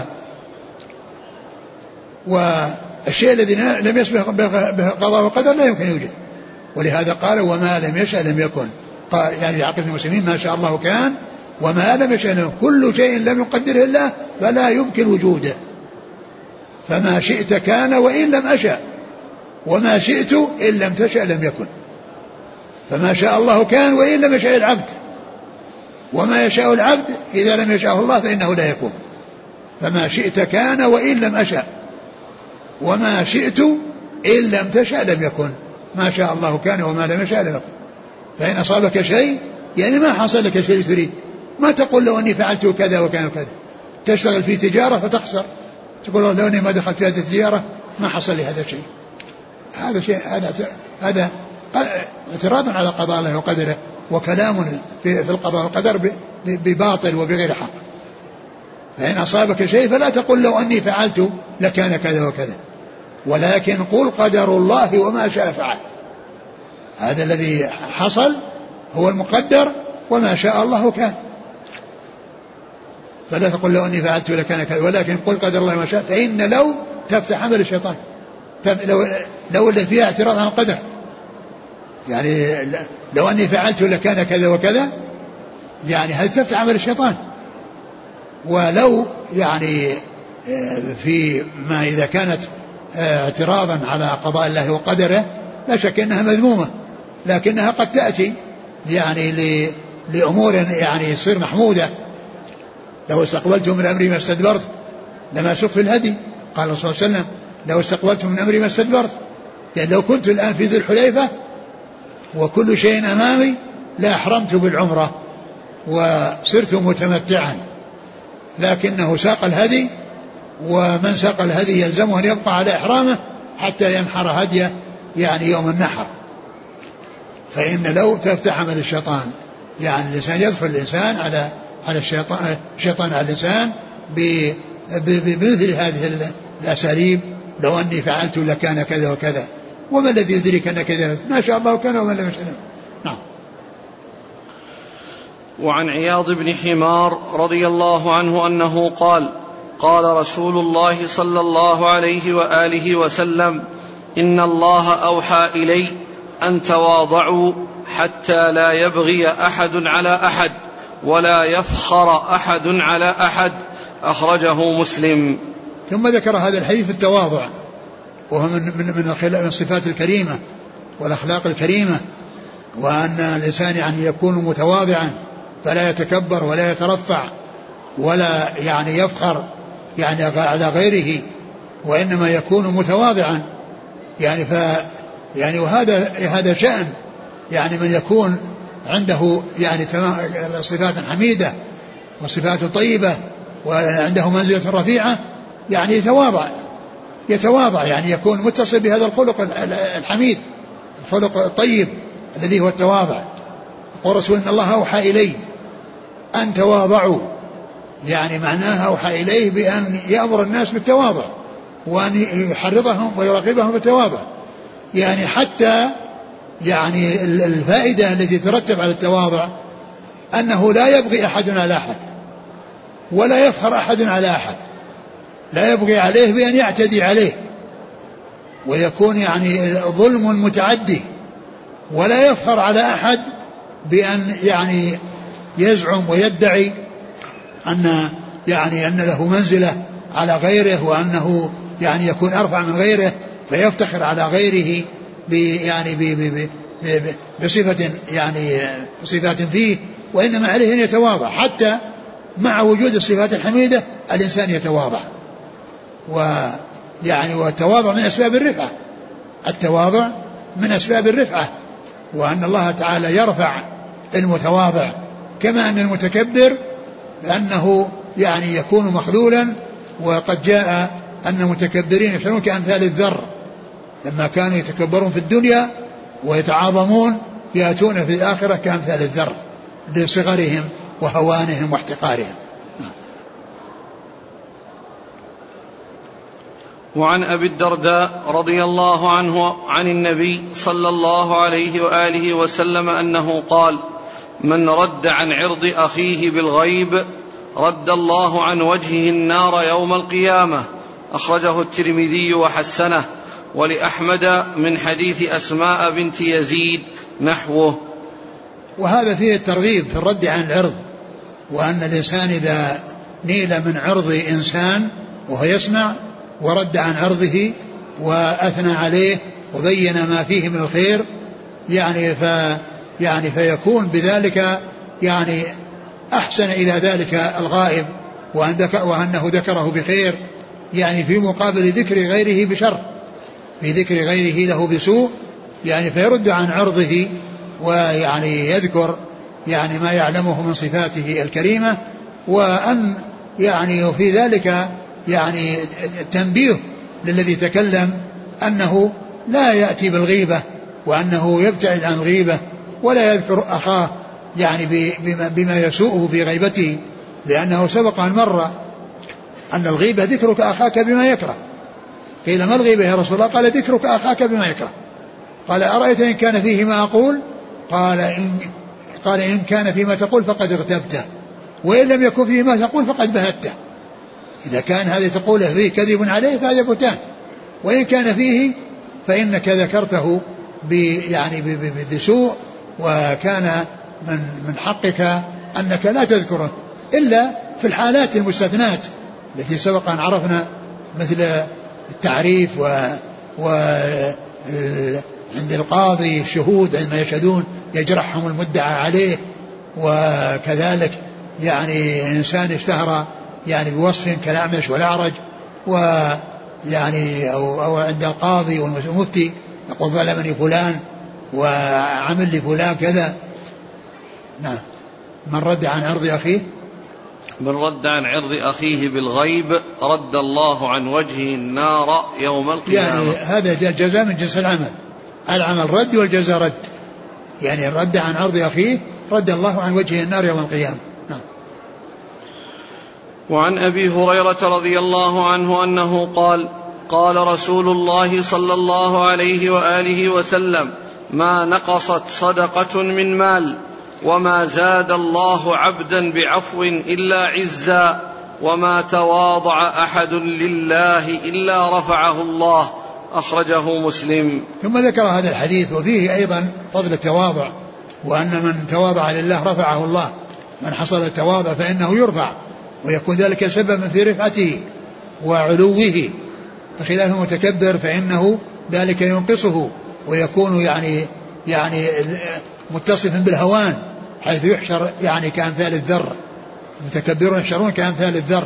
والشيء الذي لم يسبق به القضاء والقدر لا يمكن يوجد. ولهذا قال: وما لم يشأ لم يكن. قال يعني عقيدة المسلمين: ما شاء الله كان وما لم يشأ لم يكن. كل شيء لم يقدره الله فلا يمكن وجوده. فما شئت كان وإن لم أشأ، وما شئت إن لم تشأ لم يكن. فما شاء الله كان وإن لم يشاء العبد، وما يشاء العبد إذا لم يشاءه الله فإنه لا يكون. فما شئت كان وإن لم أشأ، وما شئت إن لم تشأ لم يكن. ما شاء الله كان وما لم يشاء لم يكن. فإن أصابك شيء يعني ما حصل لك شيء تريد، ما تقول لو أني فعلت كذا وكان وكذا. تشتغل في تجارة فتخسر، تقول لو أني ما دخلت في هذه التجارة ما حصل لي هذا الشيء. هذا شيء هذا هذا اعتراض على قضاء الله وقدره، وكلام في القضاء والقدر بباطل وبغير حق. فإن أصابك شيء فلا تقل لو أني فعلت لكان كذا وكذا، ولكن قل قدر الله وما شاء فعل. هذا الذي حصل هو المقدر، وما شاء الله كان. فلا تقل لو أني فعلت لكان كذا، ولكن قل قدر الله وما شاء. فإن لو تفتح عمل الشيطان، لو, لو اللي فيها اعتراض عن القدر، يعني لو أني فعلت لكان كذا وكذا، يعني هذا تفتح عمل الشيطان. ولو يعني في ما إذا كانت اعتراضا على قضاء الله وقدره لا شك أنها مذمومة، لكنها قد تأتي يعني لأمور يعني يصير محمودة. لو استقبلت من أمري ما استدبرت لما سق في الهدي، قال الرسول صلى الله عليه وسلم: لو استقبلت من أمري ما استدبرت. يعني لو كنت الآن في ذي الحليفة وكل شيء أمامي لا أحرمت بالعمرة وصرت متمتعا، لكنه ساق الهدي، ومن ساق الهدي يلزمه أن يبقى على إحرامه حتى ينحر هديه يعني يوم النحر. فإن لو تفتح عمل الشيطان، يعني الإنسان يدخل الإنسان على على الشيطان الشيطان على الإنسان بمثل هذه الأساليب: لو أني فعلت لكان كذا وكذا، وما الذي يدرك أن كذا، ما شاء الله كان وما لم يشاء. نعم. وعن عياض بن حمار رضي الله عنه أنه قال: قال رسول الله صلى الله عليه وآله وسلم: إن الله أوحى إلي أن تواضعوا حتى لا يبغي أحد على أحد ولا يفخر أحد على أحد. أخرجه مسلم. ثم ذكر هذا الحديث في التواضع، وهو من, من, من الصفات الكريمة والأخلاق الكريمة، وأن الإنسان يعني يكون متواضعا فلا يتكبر ولا يترفع ولا يعني يفخر يعني على غيره، وإنما يكون متواضعا. يعني ف يعني وهذا هذا شأن يعني من يكون عنده يعني صفات حميدة وصفات طيبة وعنده منزلة رفيعة، يعني يتواضع يتواضع يعني يكون متصل بهذا الخلق الحميد، الخلق الطيب الذي هو التواضع. يقول رسول: إن الله أوحى إلي، أن تواضعوا، يعني معناها أوحى إليه بأن يأمر الناس بالتواضع وأن يحرضهم ويراقبهم بالتواضع، يعني حتى يعني الفائدة التي ترتب على التواضع أنه لا يبغي أحد على أحد ولا يفخر أحد على أحد، لا يبغي عليه بأن يعتدي عليه ويكون يعني ظلم متعدي، ولا يفخر على أحد بأن يعني يزعم ويدعي أن يعني أن له منزلة على غيره وأنه يعني يكون أرفع من غيره فيفتخر على غيره يعني بصفة يعني صفات فيه، وإنما عليه أن يتواضع. حتى مع وجود الصفات الحميدة الإنسان يتواضع، ويعني والتواضع من أسباب الرفعة، التواضع من أسباب الرفعة، وأن الله تعالى يرفع المتواضع، كما أن المتكبر لأنه يعني يكون مخذولا. وقد جاء أن المتكبرين يحشرون كأمثال الذر، لما كانوا يتكبرون في الدنيا ويتعاظمون يأتون في الآخرة كأمثال الذر لصغرهم وهوانهم واحتقارهم. وعن أبي الدرداء رضي الله عنه عن النبي صلى الله عليه وآله وسلم أنه قال: من رد عن عرض أخيه بالغيب رد الله عن وجهه النار يوم القيامة. أخرجه الترمذي وحسنه، ولأحمد من حديث أسماء بنت يزيد نحوه. وهذا فيه الترغيب في الرد عن العرض، وأن الإنسان إذا نيل من عرض إنسان وهو يسمع ورد عن عرضه وأثنى عليه وبين ما فيه من الخير يعني ف يعني فيكون بذلك يعني أحسن إلى ذلك الغائب، وأن ذك وأنه ذكره بخير، يعني في مقابل ذكر غيره بشر، في ذكر غيره له بسوء، يعني فيرد عن عرضه ويعني يذكر يعني ما يعلمه من صفاته الكريمة. وأن يعني في ذلك يعني التنبيه للذي تكلم أنه لا يأتي بالغيبة، وأنه يبتعد عن الغيبة ولا يذكر أخاه يعني بما يسوءه في غيبته، لأنه سبق أن مر أن الغيبة ذكرك أخاك بما يكره. قيل ما الغيبة يا رسول الله؟ قال ذكرك أخاك بما يكره. قال أرأيت إن كان فيه ما أقول؟ قال إن, قال إن كان فيما تقول فقد اغتبته، وإن لم يكن فيه ما تقول فقد بهته. إذا كان هذا تقوله فيه كذب عليه فهذا بهتان، وإن كان فيه فإنك ذكرته يعني بسوء، وكان من من حقك أنك لا تذكره إلا في الحالات المستثنات التي سبق أن عرفنا، مثل التعريف و, و عند القاضي الشهود عندما يشهدون يجرحهم المدعى عليه، وكذلك يعني إنسان اشتهر يعني بوصف كالأعمش والأعرج، ويعني أو, أو عند القاضي والمفتي يقول ظلمني فلان وعمل لي فلان كذا. نعم. من رد عن عرض أخيه من رد عن عرض أخيه بالغيب رد الله عن وجهه النار يوم القيامة. يعني هذا جزاء من جنس العمل، العمل رد والجزاء رد، يعني رد عن عرض أخيه رد الله عن وجهه النار يوم القيامة. نعم. وعن أبي هريرة رضي الله عنه أنه قال: قال رسول الله صلى الله عليه وآله وسلم: ما نقصت صدقة من مال، وما زاد الله عبدا بعفو إلا عزا، وما تواضع أحد لله إلا رفعه الله. أخرجه مسلم. ثم ذكر هذا الحديث وفيه أيضا فضل التواضع، وأن من تواضع لله رفعه الله، من حصل التواضع فإنه يرفع ويكون ذلك سببا في رفعته وعلوه، بخلاف المتكبر فإنه ذلك ينقصه ويكون يعني يعني متصفا بالهوان، حيث يحشر يعني كأمثال الذر، المتكبرون يحشرون كأمثال الذر.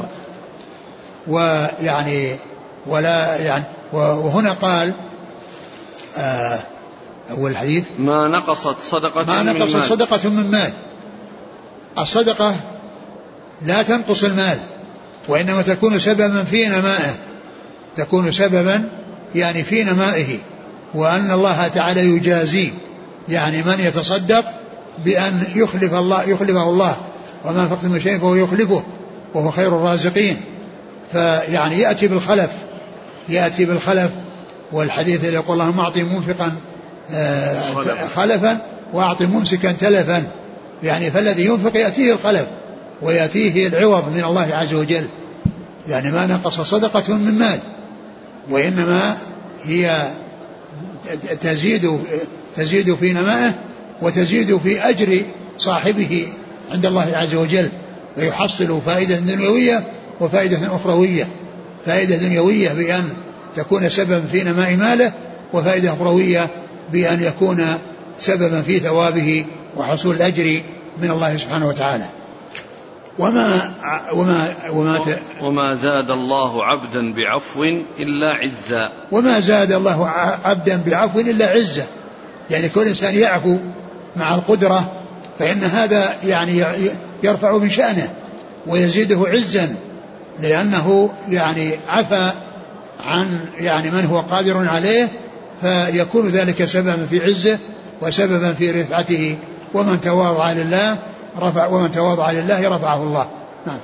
ويعني ولا يعني وهنا قال آه أول الحديث: ما نقصت صدقة ما من نقصت مال. صدقة من مال. الصدقة لا تنقص المال، وإنما تكون سببا في نمائه، تكون سببا يعني في نمائه، وأن الله تعالى يجازي يعني من يتصدق بأن يخلف الله يخلفه الله وما أنفقتم من شيء فهو يخلفه وهو خير الرازقين. فيعني يأتي بالخلف يأتي بالخلف والحديث اللي يقول اللهم أعطي منفقا خلفا وأعطي ممسكا تلفا، يعني فالذي ينفق يأتيه الخلف ويأتيه العوض من الله عز وجل، يعني ما نقص صدقة من مال، وإنما هي تزيد تزيد في نمائه وتزيد في أجر صاحبه عند الله عز وجل، ويحصل فائدة دنيوية وفائدة أخروية، فائدة دنيوية بأن تكون سببا في نماء ماله، وفائدة أخروية بأن يكون سببا في ثوابه وحصول الأجر من الله سبحانه وتعالى. وما وما وما, وما زاد الله عبدا بعفو إلا عزا وما زاد الله عبدا بعفو إلا عزا، يعني كل إنسان يعفو مع القدرة فإن هذا يعني يرفع من شأنه ويزيده عزا، لأنه يعني عفى عن يعني من هو قادر عليه، فيكون ذلك سببا في عزه وسببا في رفعته. ومن تواضع لله رفع ومن تواضع لله رفعه الله. نعم.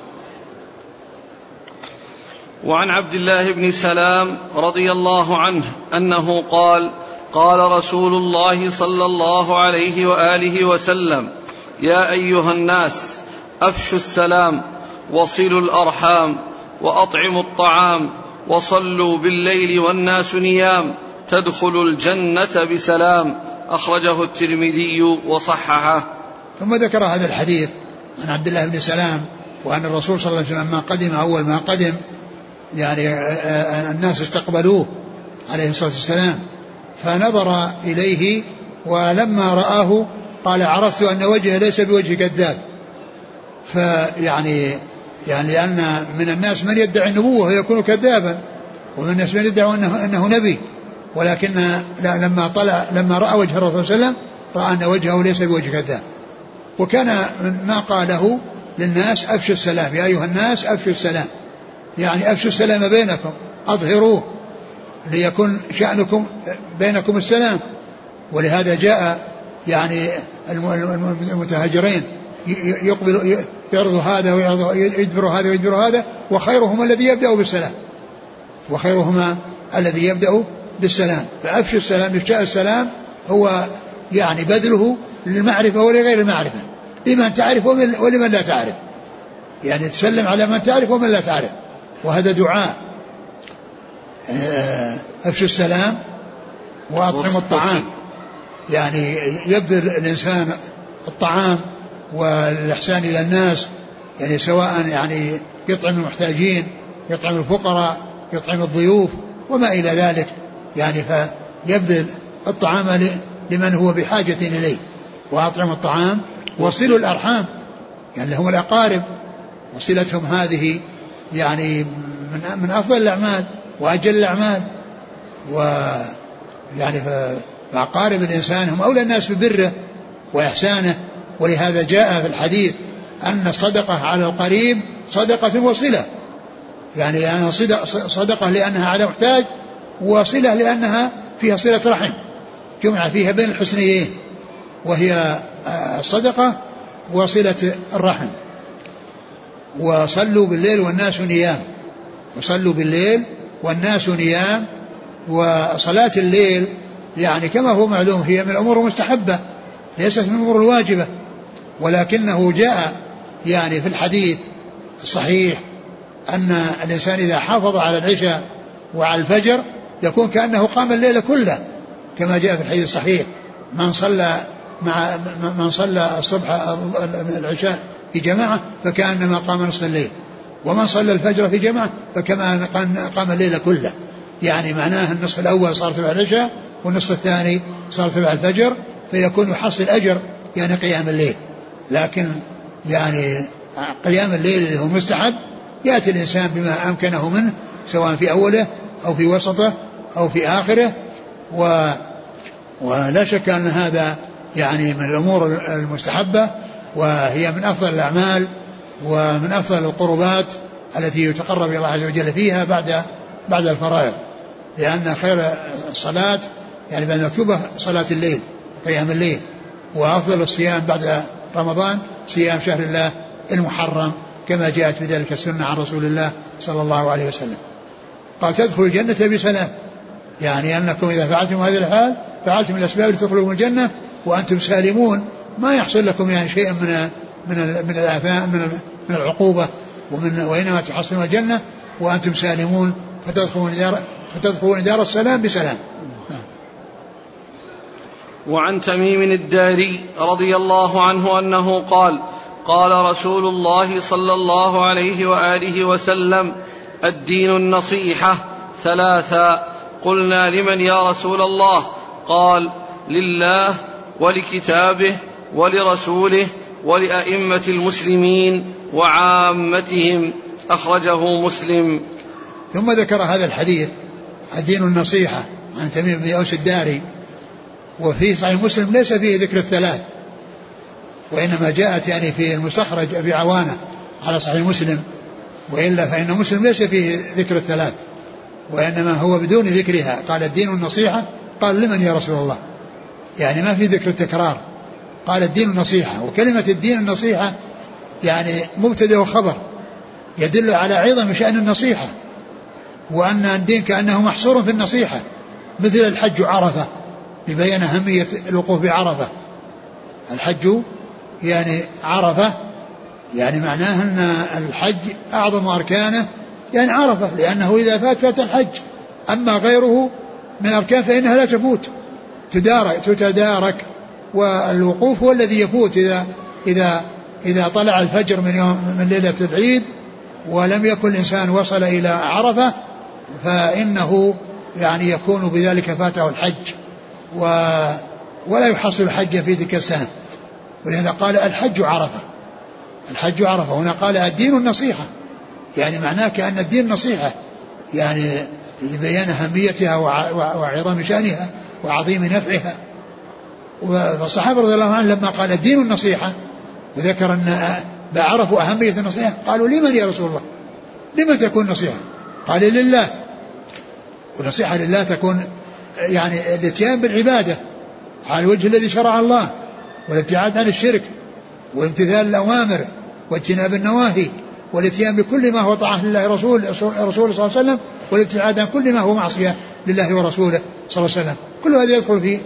وعن عبد الله بن سلام رضي الله عنه أنه قال قال رسول الله صلى الله عليه وآله وسلم يا أيها الناس أفشوا السلام وصلوا الأرحام وأطعموا الطعام وصلوا بالليل والناس نيام تدخلوا الجنة بسلام، أخرجه الترمذي وصححه. ثم ذكر هذا الحديث عن عبد الله بن سلام وأن الرسول صلى الله عليه وسلم ما قدم أول ما قدم يعني الناس استقبلوه عليه الصلاة والسلام، فنظر إليه ولما رآه قال عرفت أن وجهه ليس بوجه كذاب. فيعني يعني لأن من الناس من يدعي النبوة ويكون كذابا، ومن الناس من يدعي أنه, أنه نبي، ولكن لما طلع لما رأى وجه الرسول صلى الله عليه وسلم رأى أن وجهه ليس بوجه كذاب. وكان ما قاله للناس أفشوا السلام، يا أيها الناس أفشوا السلام، يعني أفشوا السلام بينكم، أظهروه ليكن شأنكم بينكم السلام. ولهذا جاء يعني المتهاجرين يقبل يعرض هذا ويدبر هذا ويدبر هذا، وخيرهما الذي يبدأ بالسلام وخيرهما الذي يبدأ بالسلام. فأفشوا السلام، إفشاء السلام هو يعني بذله للمعرفة ولغير المعرفة، لمن تعرف ولمن لا تعرف، يعني تسلم على من تعرف ومن لا تعرف، وهذا دعاء. أفشوا السلام وأطعموا الطعام، يعني يبذل الإنسان الطعام والإحسان إلى الناس، يعني سواء يعني يطعم المحتاجين، يطعم الفقراء، يطعم الضيوف وما إلى ذلك، يعني فيبذل الطعام لمن هو بحاجة إليه. وأطعم الطعام وصلوا الأرحام، يعني هم الأقارب، وصلتهم هذه يعني من, من أفضل الأعمال وأجل الأعمال. ويعني فأقارب الإنسان هم أولى الناس ببره وإحسانه. ولهذا جاء في الحديث أن الصدقة على القريب صدقة وصلة، يعني أنا صدقة لأنها على محتاج، وصلة لأنها فيها صلة رحم، جمع فيها بين الحسنيين، وهي الصدقة وصلة الرحم. وصلوا بالليل والناس نيام، وصلوا بالليل والناس نيام. وصلاة الليل يعني كما هو معلوم هي من الأمور المستحبة ليست من الأمور الواجبة، ولكنه جاء يعني في الحديث الصحيح أن الإنسان إذا حافظ على العشاء وعلى الفجر يكون كأنه قام الليل كله، كما جاء في الحديث الصحيح من صلى مع من صلى الصبح العشاء في جماعة فكأنما قام نصف الليل، ومن صلى الفجر في جماعة فكما قام الليل كله، يعني معناه النصف الأول صار تبع العشاء والنصف الثاني صار تبع الفجر، فيكون يحصل أجر يعني قيام الليل. لكن يعني قيام الليل اللي هو مستحب يأتي الإنسان بما أمكنه منه، سواء في أوله أو في وسطه أو في آخره. و ولا شك أن هذا يعني من الأمور المستحبة، وهي من أفضل الأعمال ومن أفضل القربات التي يتقرب إلى الله عز وجل فيها بعد بعد الفرائض، لأن خير الصلاة يعني بأن مكتوبة صلاة الليل قيام الليل، وأفضل الصيام بعد رمضان صيام شهر الله المحرم كما جاءت بذلك السنة عن رسول الله صلى الله عليه وسلم. قال تدخل الجنة بسلام، يعني أنكم إذا فعلتم هذه الحال فعلتم الأسباب لتدخلوا الجنة وأنتم سالمون، ما يحصل لكم يعني شيء من من من الآثام من من العقوبة، ومن وإنما تحصلون الجنة وأنتم سالمون فتدخلون دار فتدخلون دار السلام بسلام. وعن تميم الداري رضي الله عنه أنه قال قال رسول الله صلى الله عليه وآله وسلم الدين النصيحة ثلاثا. قلنا لمن يا رسول الله؟ قال لله ولكتابه ولرسوله ولأئمة المسلمين وعامتهم. أخرجه مسلم. ثم ذكر هذا الحديث الدين النصيحة عن تميم بن أوس الداري، وفي صحيح مسلم ليس فيه ذكر الثلاث، وإنما جاءت يعني في المستخرج أبي عوانة على صحيح مسلم، وإلا فإن مسلم ليس فيه ذكر الثلاث، وإنما هو بدون ذكرها. قال الدين النصيحة، قال لمن يا رسول الله؟ يعني ما في ذكر التكرار، قال الدين النصيحة. وكلمة الدين النصيحة يعني مبتدأ وخبر يدل على عظم شأن النصيحة، وأن الدين كأنه محصور في النصيحة، مثل الحج عرفة لبيان أهمية الوقوف بعرفة. الحج يعني عرفة، يعني معناه أن الحج أعظم أركانه يعني عرفة، لأنه إذا فات فات الحج، أما غيره من أركان فإنها لا تفوت، تدارك تتدارك، والوقوف هو الذي يفوت إذا إذا إذا طلع الفجر من يوم من ليلة العيد ولم يكن الإنسان وصل إلى عرفة فإنه يعني يكون بذلك فاته الحج و ولا يحصل حجا في تلك السنة. ولهذا قال الحج عرفة، الحج عرفة. هنا قال الدين النصيحة، يعني معناه كأن الدين نصيحة، يعني لبيان أهميتها وعظم شأنها وعظيم نفعها. والصحابة رضي الله عنهم لما قال الدين النصيحة وذكر أن بعرفوا أهمية النصيحة قالوا لمن يا رسول الله؟ لمن تكون نصيحة؟ قال لله. ونصيحة لله تكون يعني الاتيان بالعبادة على الوجه الذي شرع الله، والابتعاد عن الشرك، وامتثال الأوامر واجتناب النواهي، والاتيان بكل ما هو طاعة لله رسول رسول صلى الله عليه وسلم، والابتعاد عن كل ما هو معصية لله ورسوله صلى الله عليه وسلم. كل هذا يدخل في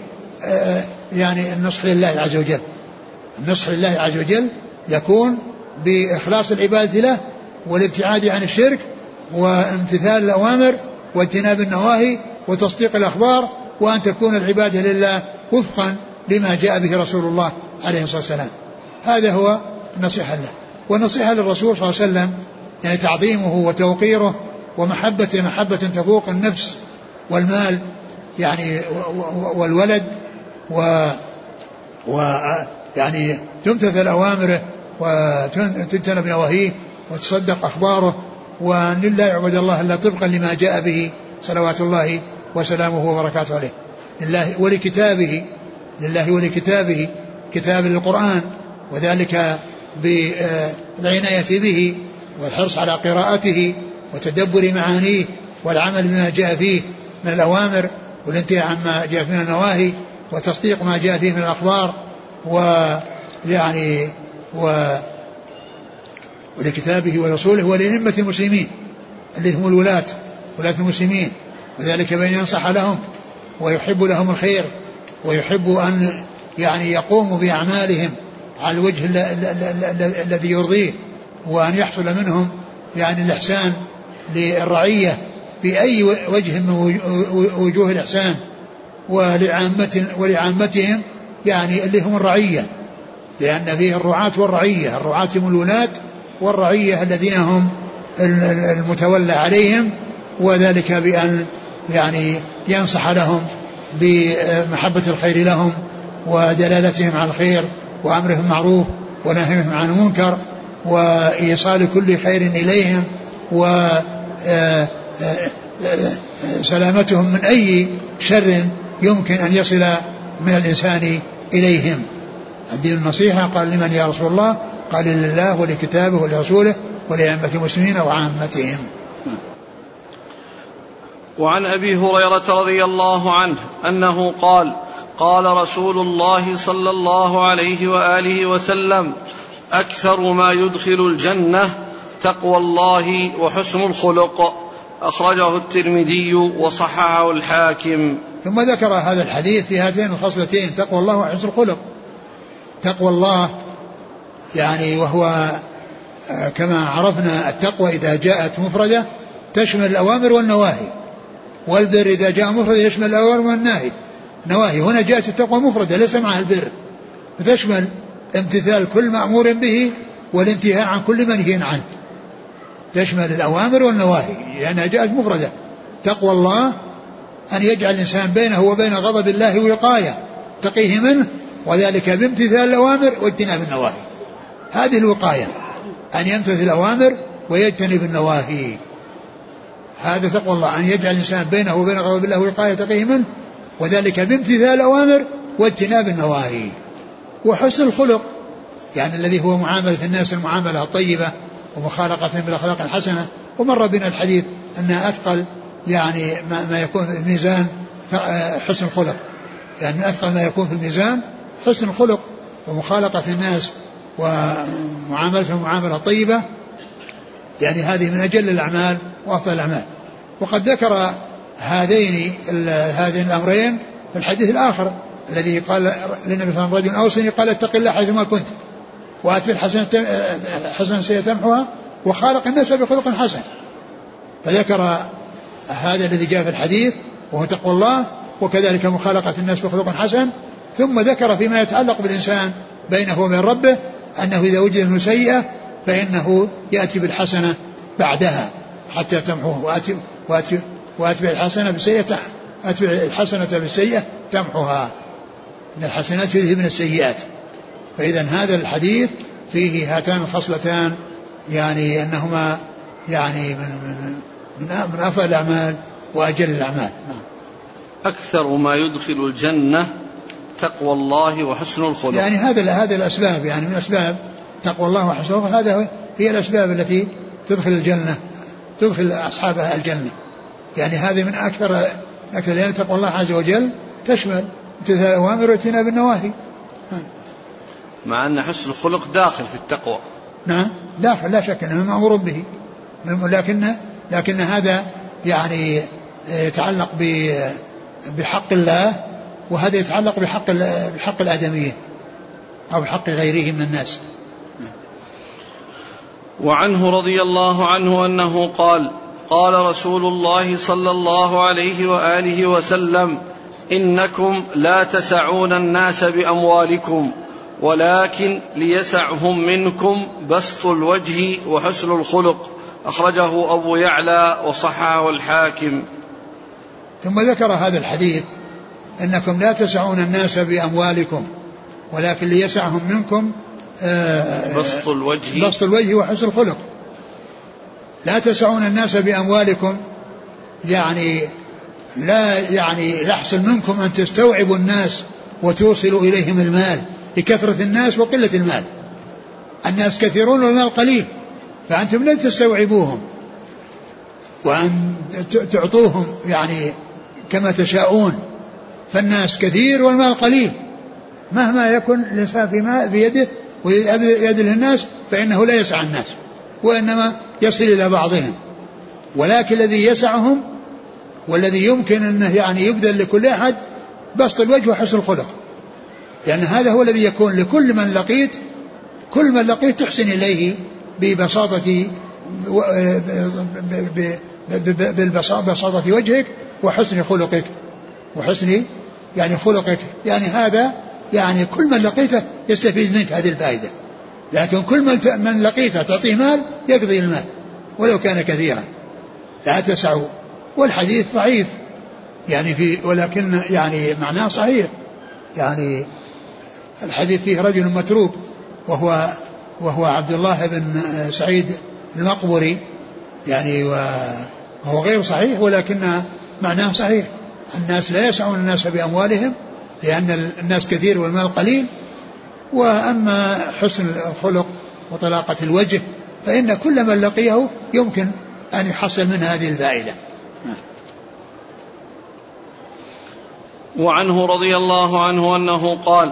يعني النصح لله عز وجل. النصح لله عز وجل يكون بإخلاص العبادة له، والابتعاد عن الشرك، وامتثال الأوامر، واجتناب النواهي، وتصديق الأخبار، وأن تكون العبادة لله وفقا لما جاء به رسول الله عليه الصلاة والسلام. هذا هو النصيحة له. والنصيحة للرسول صلى الله عليه وسلم يعني تعظيمه وتوقيره ومحبته محبة تفوق النفس والمال يعني والولد، و, و يعني تمتثل أوامره وتجتنب نواهيه وتصدق أخباره، وأن لا يعبد الله إلا طبقا لما جاء به صلوات الله وسلامه وبركاته عليه. لله ولكتابه، لله ولكتابه، كتاب القرآن، وذلك بالعناية به والحرص على قراءته وتدبر معانيه والعمل بما جاء فيه من الأوامر، والانتهاء عما جاء فيه من النواهي، وتصديق ما جاء فيه من الأخبار، ويعني و ولكتابه ورسوله ولأئمة المسلمين اللي هم الولاة ولاة المسلمين، وذلك بأن ينصح لهم ويحب لهم الخير، ويحب أن يعني يقوموا بأعمالهم على الوجه الذي يرضيه، وأن يحصل منهم يعني الإحسان للرعية في أي وجه من وجوه الإحسان، ولعامتهم يعني اللي هم الرعية، لأن فيه الرعاة والرعية. الرعاة هم الولاة، والرعية الذين هم المتولى عليهم، وذلك بأن يعني ينصح لهم بمحبة الخير لهم ودلالتهم على الخير وأمرهم معروف ونهيهم عن المنكر وإيصال كل خير إليهم وسلامتهم من أي شر يمكن أن يصل من الإنسان إليهم. الدين النصيحة. قال لمن يا رسول الله؟ قال لله ولكتابه ولرسوله ولأئمة المسلمين وعامتهم. وعن أبي هريرة رضي الله عنه أنه قال قال رسول الله صلى الله عليه وآله وسلم أكثر ما يدخل الجنة تقوى الله وحسن الخلق، أخرجه الترمذي وصححه الحاكم. ثم ذكر هذا الحديث في هاتين الخصلتين تقوى الله وحسن الخلق. تقوى الله يعني وهو كما عرفنا التقوى إذا جاءت مفردة تشمل الأوامر والنواهي، والبر إذا جاء مفردة يشمل الأوامر والنواهي نواهي. هنا جاءت التقوى مفردة ليس معها البر، فتشمل امتثال كل مأمور به والانتهاء عن كل منهي عنه، تشمل الأوامر والنواهي لأنها جاءت مفردة. تقوى الله أن يجعل الإنسان بينه وبين غضب الله وقاية تقيه منه، وذلك بامتثال الأوامر واجتناب النواهي. هذه الوقاية، أن يمتثل الأوامر ويجتنب النواهي، هذا تقوى الله، أن يجعل الإنسان بينه وبين غضب الله وقاية تقيه منه، وذلك بامتثال الأوامر واجتناب النواهي. وحسن الخلق يعني الذي هو معاملة الناس المعاملة الطيبة ومخالقتهم بالأخلاق الحسنة. ومر بنا الحديث أنها أثقل يعني ما, ما يكون في الميزان حسن الخلق، يعني من أثقل ما يكون في الميزان حسن الخلق ومخالقة الناس ومعاملتهم معاملة طيبة، يعني هذه من أجل الأعمال وأفضل الأعمال. وقد ذكر هذين هذين الأمرين في الحديث الآخر الذي قال للنبي صلى الله عليه وسلم رجل أوصني قال اتق الله حيثما كنت وأتبع الحسنة حسنة سيئة تمحها وخالق الناس بخلق حسن. فذكر هذا الذي جاء في الحديث وهو تقوى الله، وكذلك مخالقة الناس بخلق حسن. ثم ذكر فيما يتعلق بالإنسان بينه وبين ربه أنه إذا وجد منه سيئة فإنه يأتي بالحسنة بعدها حتى تمحوه، وأتي وأتي وأتبع الحسنة بالسيئة أتبع الحسنة بالسيئة تمحوها، إن الحسنات يذهبن السيئات. فإذا هذا الحديث فيه هاتان الخصلتان، يعني أنهما يعني من من من أفضل الأعمال وأجل الأعمال. أكثر ما يدخل الجنة تقوى الله وحسن الخلق، يعني هذا هذا الأسباب، يعني من أسباب تقوى الله وحسن الخلق، هذا هي الأسباب التي تدخل الجنة، تدخل أصحابها الجنة. يعني هذه من أكثر أكثر لأن تقوى الله عز وجل تشمل امتثال الأوامر واجتناب النواهي. مع أن حسن الخلق داخل في التقوى. نعم داخل لا شك أنه مأمور به، لكن لكن هذا يعني يتعلق بحق الله، وهذا يتعلق بحق بحق الآدميين أو بحق غيره من الناس. وعنه رضي الله عنه أنه قال قال رسول الله صلى الله عليه وآله وسلم إنكم لا تسعون الناس بأموالكم ولكن ليسعهم منكم بسط الوجه وحسن الخلق، أخرجه أبو يعلى وصححه الحاكم. ثم ذكر هذا الحديث إنكم لا تسعون الناس بأموالكم ولكن ليسعهم منكم بسط الوجه بسط الوجه وحسن الخلق. لا تسعون الناس بأموالكم يعني لا يعني يحصل منكم أن تستوعبوا الناس وتوصلوا إليهم المال لكثرة الناس وقلة المال. الناس كثيرون والمال قليل، فأنتم لن تستوعبوهم وأن تعطوهم يعني كما تشاءون. فالناس كثير والمال قليل، مهما يكن الإنسان في ماء في يده ويد الناس فإنه لا يسع الناس وإنما يصل إلى بعضهم. ولكن الذي يسعهم والذي يمكن أنه يعني يبذل لكل أحد بسط الوجه وحسن الخلق، لأن يعني هذا هو الذي يكون لكل من لقيت كل من لقيت تحسن إليه ببساطة ببساطة وجهك وحسن خلقك وحسن يعني خلقك، يعني هذا يعني كل من لقيته يستفيد منك هذه الفائدة. لكن كل من لقيته تعطيه مال يقضي المال ولو كان كثيرا، لا تسعوا. والحديث ضعيف يعني في ولكن يعني معناه صحيح. يعني الحديث فيه رجل متروك وهو وهو عبد الله بن سعيد المقبري، يعني وهو غير صحيح ولكن معناه صحيح. الناس لا يسعون الناس بأموالهم لأن الناس كثير والمال قليل. وأما حسن الخلق وطلاقة الوجه فإن كل من لقيه يمكن أن يحصل من هذه الفائدة. وعنه رضي الله عنه أنه قال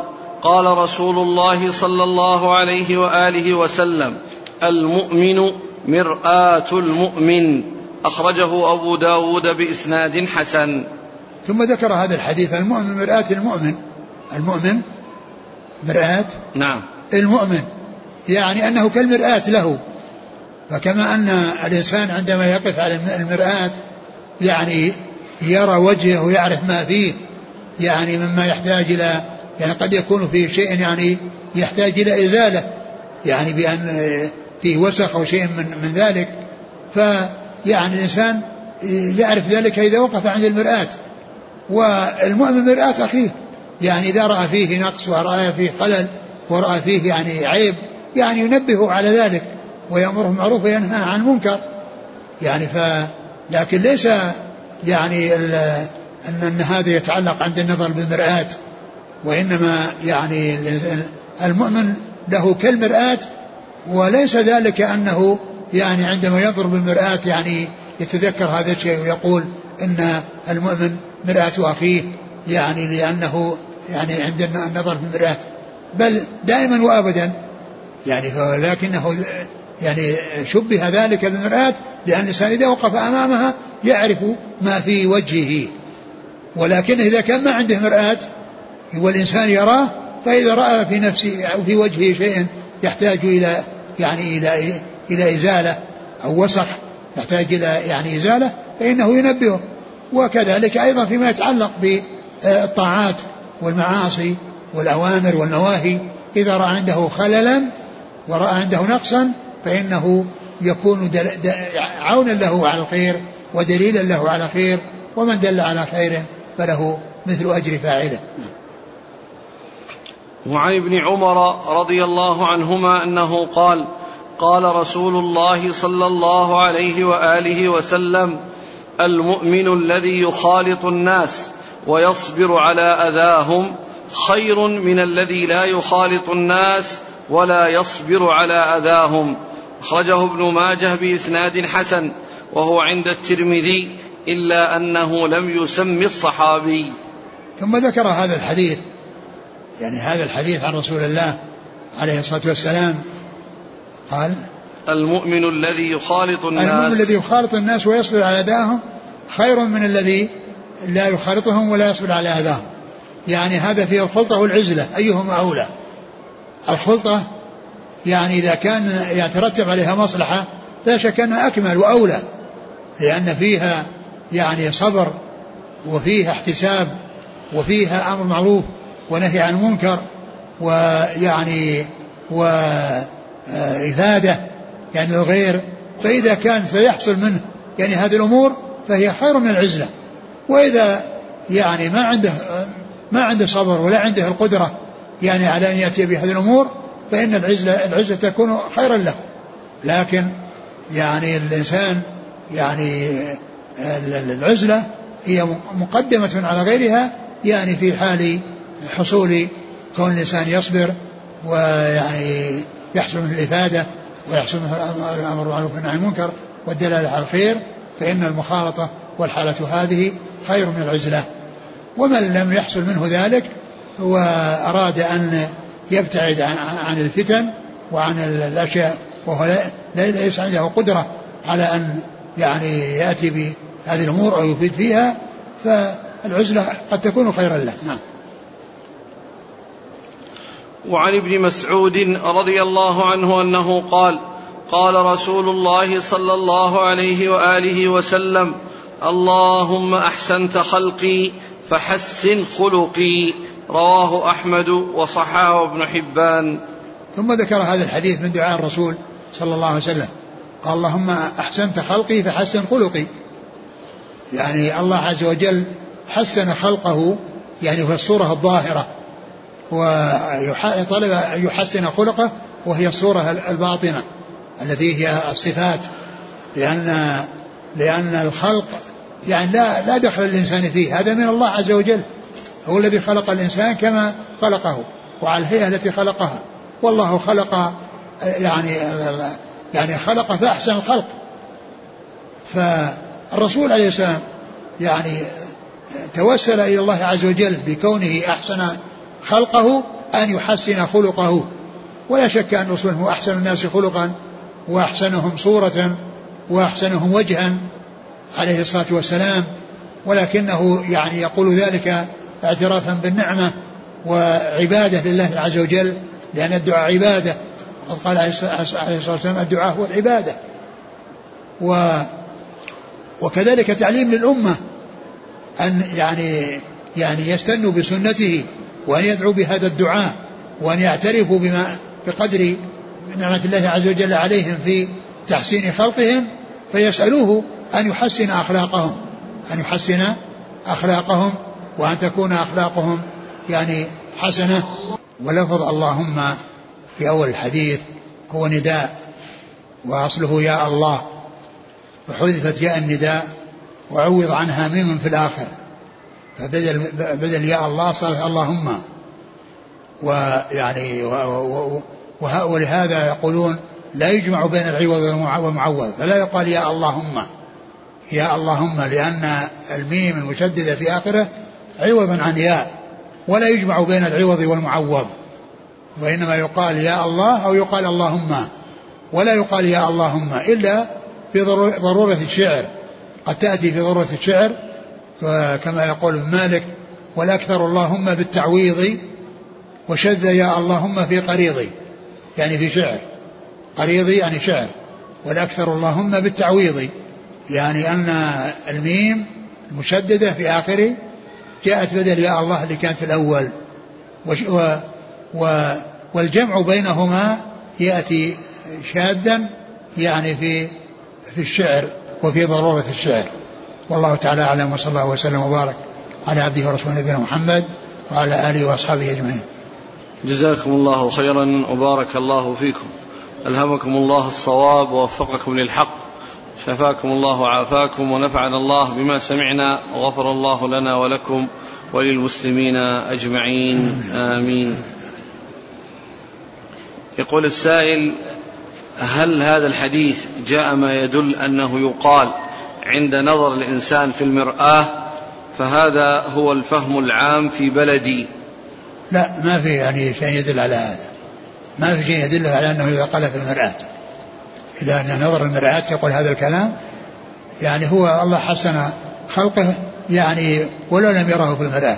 قال رسول الله صلى الله عليه وآله وسلم: المؤمن مرآة المؤمن، أخرجه أبو داود بإسناد حسن. ثم ذكر هذا الحديث: المؤمن مرآة المؤمن. المؤمن مرآة نعم المؤمن، يعني أنه كالمرآة له. فكما أن الإنسان عندما يقف على المرآة يعني يرى وجهه ويعرف ما فيه، يعني مما يحتاج إلى، يعني قد يكون فيه شيء يعني يحتاج إلى إزالة، يعني بأن فيه وسخ أو شيء من, من ذلك، فيعني الإنسان يعرف ذلك إذا وقف عند المرآة. والمؤمن مرآة أخيه، يعني إذا رأى فيه نقص ورأى فيه خلل ورأى فيه يعني عيب يعني ينبه على ذلك ويأمره بالمعروف وينهى عن المنكر. يعني ف لكن ليس يعني أن, أن هذا يتعلق عند النظر بالمرآة، وإنما يعني المؤمن له كالمرآة، وليس ذلك أنه يعني عندما ينظر بالمرآة يعني يتذكر هذا الشيء ويقول إن المؤمن مرآة أخيه، يعني لأنه يعني عند النظر بالمرآة، بل دائما وأبدا يعني، لكنه يعني شبه ذلك بالمرآة لأن الإنسان إذا وقف أمامها يعرف ما في وجهه. ولكن إذا كان ما عنده مرآة والإنسان يراه، فإذا رأى في نفسه أو في وجهه شيء يحتاج إلى يعني إلى إلى إزالة أو وسخ يحتاج إلى يعني إزالة فإنه ينبهه. وكذلك أيضا فيما يتعلق بالطاعات والمعاصي والأوامر والنواهي، إذا رأى عنده خللا ورأى عنده نقصا فإنه يكون عونا له على الخير ودليلا له على خير، ومن دل على خير فله مثل أجر فاعله. وعن ابن عمر رضي الله عنهما أنه قال: قال رسول الله صلى الله عليه وآله وسلم: المؤمن الذي يخالط الناس ويصبر على أذاهم خير من الذي لا يخالط الناس ولا يصبر على أذاهم، أخرجه ابن ماجه بإسناد حسن، وهو عند الترمذي إلا أنه لم يسم الصحابي. ثم ذكر هذا الحديث، يعني هذا الحديث عن رسول الله عليه الصلاة والسلام قال: المؤمن الذي يخالط الناس المؤمن الذي يخالط الناس ويصبر على أذاهم خير من الذي لا يخالطهم ولا يصبر على أذاهم. يعني هذا فيه الخلطة والعزلة، أيهما أولى؟ الخلطة يعني إذا كان يترتب عليها مصلحة لا شك أنها أكمل وأولى، لأن فيها يعني صبر وفيها احتساب وفيها أمر معروف ونهي عن المنكر ويعني وإفادة يعني الغير. فإذا كان سيحصل منه يعني هذه الأمور فهي خير من العزلة. وإذا يعني ما عنده ما عنده صبر ولا عنده القدرة يعني على أن يأتي بهذه الأمور فإن العزلة العزلة تكون خيرا له. لكن يعني الإنسان يعني العزلة هي مقدمة على غيرها، يعني في حال حصول كون الإنسان يصبر ويعني يحصل من الإفادة ويحصل من الأمر بالمعروف والنهي عن المنكر والدلالة على الخير، فإن المخالطة والحالة هذه خير من العزلة. ومن لم يحصل منه ذلك وأراد أن يبتعد عن الفتن وعن الأشياء وهو ليس عنده قدرة على أن يعني يأتي بهذه الأمور أو يفيد فيها، فالعزلة قد تكون خيرا له. نعم. وعن ابن مسعود رضي الله عنه أنه قال: قال رسول الله صلى الله عليه وآله وسلم: اللهم أحسنت خلقي فحسن خلقي، رواه أحمد وصححه ابن حبان. ثم ذكر هذا الحديث من دعاء الرسول صلى الله عليه وسلم، قال: اللهم أحسنت خلقي فحسن خلقي، يعني الله عز وجل حسن خلقه يعني في الصورة الظاهرة، وطلب أن يحسن خلقه وهي الصورة الباطنة التي هي الصفات، لأن لأن الخلق يعني لا لا دخل الإنسان فيه، هذا من الله عز وجل، هو الذي خلق الإنسان كما خلقه وعلى الهيئة التي خلقها. والله خلق يعني يعني خلق فأحسن الخلق. فالرسول عليه السلام يعني توسل إلى الله عز وجل بكونه أحسن خلقه أن يحسن خلقه. ولا شك أن الرسول هو أحسن الناس خلقا وأحسنهم صورة وأحسنهم وجها عليه الصلاة والسلام، ولكنه يعني يقول ذلك اعترافا بالنعمة وعبادة لله عز وجل، لأن الدعاء عبادة، وقد قال عليه الصلاة والسلام الدعاء هو العبادة. و وكذلك تعليم للأمة أن يعني يعني يستنوا بسنته وأن يدعوا بهذا الدعاء وأن يعترفوا بما بقدر نعمة الله عز وجل عليهم في تحسين خلقهم، فيسألوه أن يحسن أخلاقهم أن يحسن أخلاقهم وأن تكون أخلاقهم يعني حسنة. ولفظ اللهم في أول الحديث هو نداء وأصله يا الله، وحذفت ياء النداء وعوض عنها ميم في الآخر، فبدل بدل يا الله صارت اللهم. ويعني ولهذا يقولون لا يجمع بين العوض والمعوض، فلا يقال يا اللهم يا اللهم، لأن الميم المشددة في آخره عوضا عن ياء، ولا يجمع بين العوض والمعوض، وإنما يقال يا الله أو يقال اللهم، ولا يقال يا اللهم إلا في ضرورة الشعر، قد تأتي في ضرورة الشعر كما يقول ابن مالك والأكثر اللهم بالتعويض وشذ يا اللهم في قريضي، يعني في شعر قريضي يعني شعر، والأكثر اللهم بالتعويض، يعني أن الميم المشددة في آخره جاءت بدل يا الله اللي كانت في الأول، و و والجمع بينهما يأتي شاذا يعني في في الشعر وفي ضرورة الشعر. والله تعالى أعلم، وصلى الله وسلم وبارك على عبده ورسوله نبينا محمد وعلى آله وأصحابه أجمعين. جزاكم الله خيرا وبارك الله فيكم، ألهمكم الله الصواب ووفقكم للحق، شفاكم الله وعافاكم، ونفعنا الله بما سمعنا، وغفر الله لنا ولكم وللمسلمين أجمعين، آمين. يقول السائل: هل هذا الحديث جاء ما يدل أنه يقال عند نظر الإنسان في المرآة فهذا هو الفهم العام في بلدي؟ لا، ما في يعني شيء يدل على هذا، ما في شيء يدل على أنه إذا قال في المرآة، إذا نظر المرآة يقول هذا الكلام، يعني هو الله حسن خلقه يعني ولو لم يره في المرآة.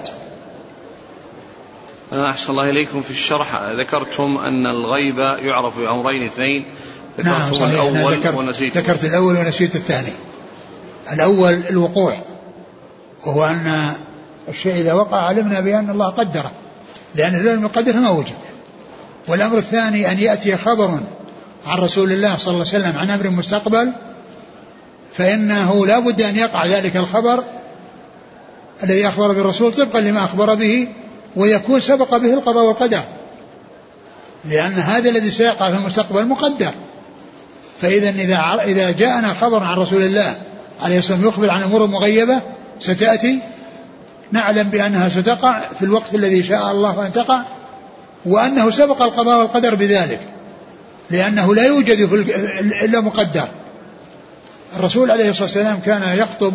أحسن الله إليكم. في الشرح ذكرتم أن الغيب يعرف بأمرين اثنين، ذكرتم نعم الأول ذكرت ونسيت ذكرت الأول ونسيت الثاني. الأول الوقوع، وهو أن الشيء إذا وقع علمنا بأن الله قدره، لأن العلم المقدر ما وجد. والأمر الثاني أن يأتي خبر عن رسول الله صلى الله عليه وسلم عن أمر مستقبل، فإنه لا بد أن يقع ذلك الخبر الذي أخبر بالرسول طبقا لما أخبر به، ويكون سبق به القضاء والقدر، لأن هذا الذي سيقع في المستقبل مقدر. فإذا إذا إذا جاءنا خبر عن رسول الله عليه الصلاة والسلام يخبر عن أمور مغيبة ستأتي، نعلم بأنها ستقع في الوقت الذي شاء الله أن تقع، وأنه سبق القضاء والقدر بذلك، لأنه لا يوجد إلا مقدر. الرسول عليه الصلاة والسلام كان يخطب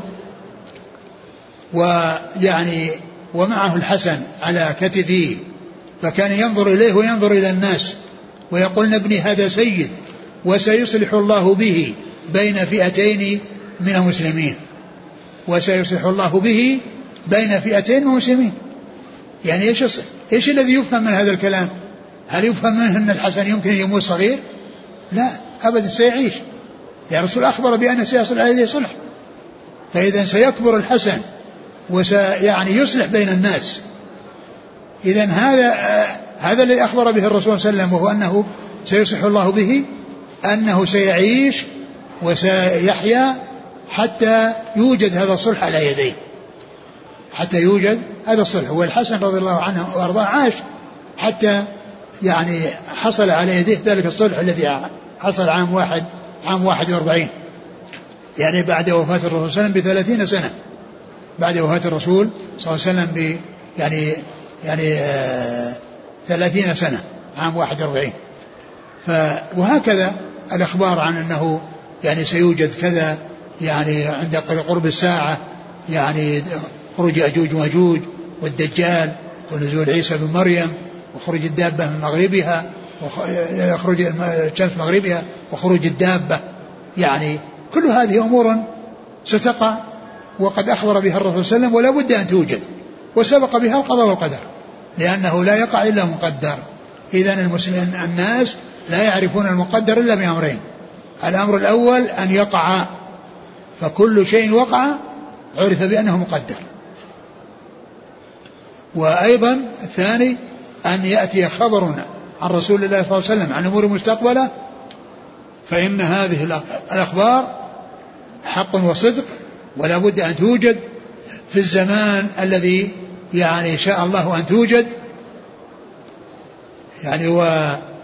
ويعني ومعه الحسن على كتفه، فكان ينظر إليه وينظر إلى الناس ويقول: ابني هذا سيد وسيصلح الله به بين فئتين من المسلمين، وسيصلح الله به بين فئتين من المسلمين. يعني إيش إيش الذي يفهم من هذا الكلام؟ هل يفهم منه أن الحسن يمكن يموت صغير؟ لا أبدا، سيعيش. يا رسول أخبر بأنه سيصل عليه صلح، فإذا سيكبر الحسن وسيعني يصلح بين الناس. إذن هذا هذا الذي أخبر به الرسول صلى الله عليه وسلم، وهو أنه سيصلح الله به، أنه سيعيش وسيحيا حتى يوجد هذا الصلح على يديه، حتى يوجد هذا الصلح. والحسن رضي الله عنه وأرضاه عاش حتى يعني حصل على يديه ذلك الصلح الذي حصل عام واحد عام واحد واربعين، يعني بعد وفاة الرسول صلى الله عليه وسلم بثلاثين سنة، بعد وفاة الرسول صلى الله عليه وسلم ب يعني يعني آه ثلاثين سنة، عام واحد واربعين. وهكذا الأخبار عن أنه يعني سيوجد كذا، يعني عند قرب الساعة يعني خروج أجوج وأجوج والدجال ونزول عيسى بن مريم وخروج الدابة من مغربها، ويخرج الشمس مغربها، وخروج الدابة، يعني كل هذه أمور ستقع وقد أخبر بها الرسول صلى الله عليه وسلم ولا بد أن توجد، وسبق بها القضاء والقدر، لأنه لا يقع إلا مقدر. إذن المسلمين الناس لا يعرفون المقدر إلا بأمرين: الأمر الأول أن يقع، فكل شيء وقع عرف بأنه مقدر. وأيضا الثاني أن يأتي خبرنا عن رسول الله صلى الله عليه وسلم عن أمور مستقبلة، فإن هذه الأخبار حق وصدق ولا بد أن توجد في الزمان الذي يعني شاء الله أن توجد، يعني و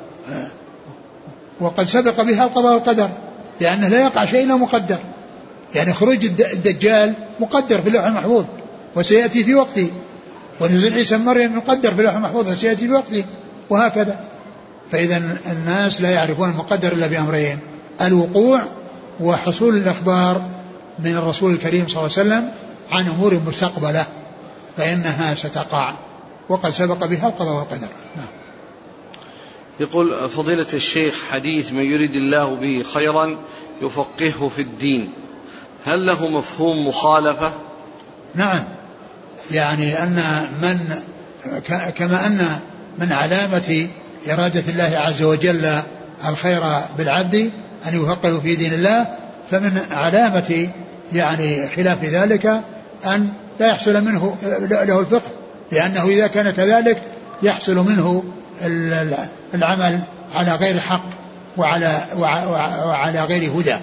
وقد سبق بها القضاء والقدر، لأنه لا يقع شيء إلا مقدر. يعني خروج الدجال مقدر في اللوح المحفوظ وسيأتي في وقته، ونزول عيسى مريم مقدر في اللوح المحفوظ وسيأتي في وقته، وهكذا. فإذا الناس لا يعرفون المقدر إلا بأمرين: الوقوع وحصول الأخبار من الرسول الكريم صلى الله عليه وسلم عن أمور مستقبلة فإنها ستقع وقد سبق بها القضاء والقدر. نعم. يقول فضيلة الشيخ: حديث من يريد الله به خيرا يفقهه في الدين، هل له مفهوم مخالفة؟ نعم، يعني أن من كما أن من علامة إرادة الله عز وجل الخير بالعبد أن يفقهه في دين الله، فمن علامة يعني خلاف ذلك أن لا يحصل منه له الفقه، لأنه إذا كان كذلك يحصل منه العمل على غير حق وعلى, وعلى غير هدى.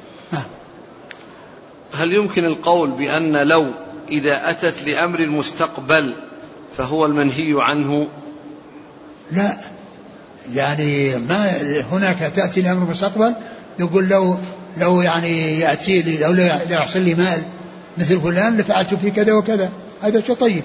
هل يمكن القول بأن لو إذا أتت لأمر المستقبل فهو المنهي عنه؟ لا، يعني ما هناك تأتي لأمر المستقبل يقول لو لو يعني يأتي لي لو لا يحصل لي مال مثل فلان لفعلت في كذا وكذا، هذا شيء طيب،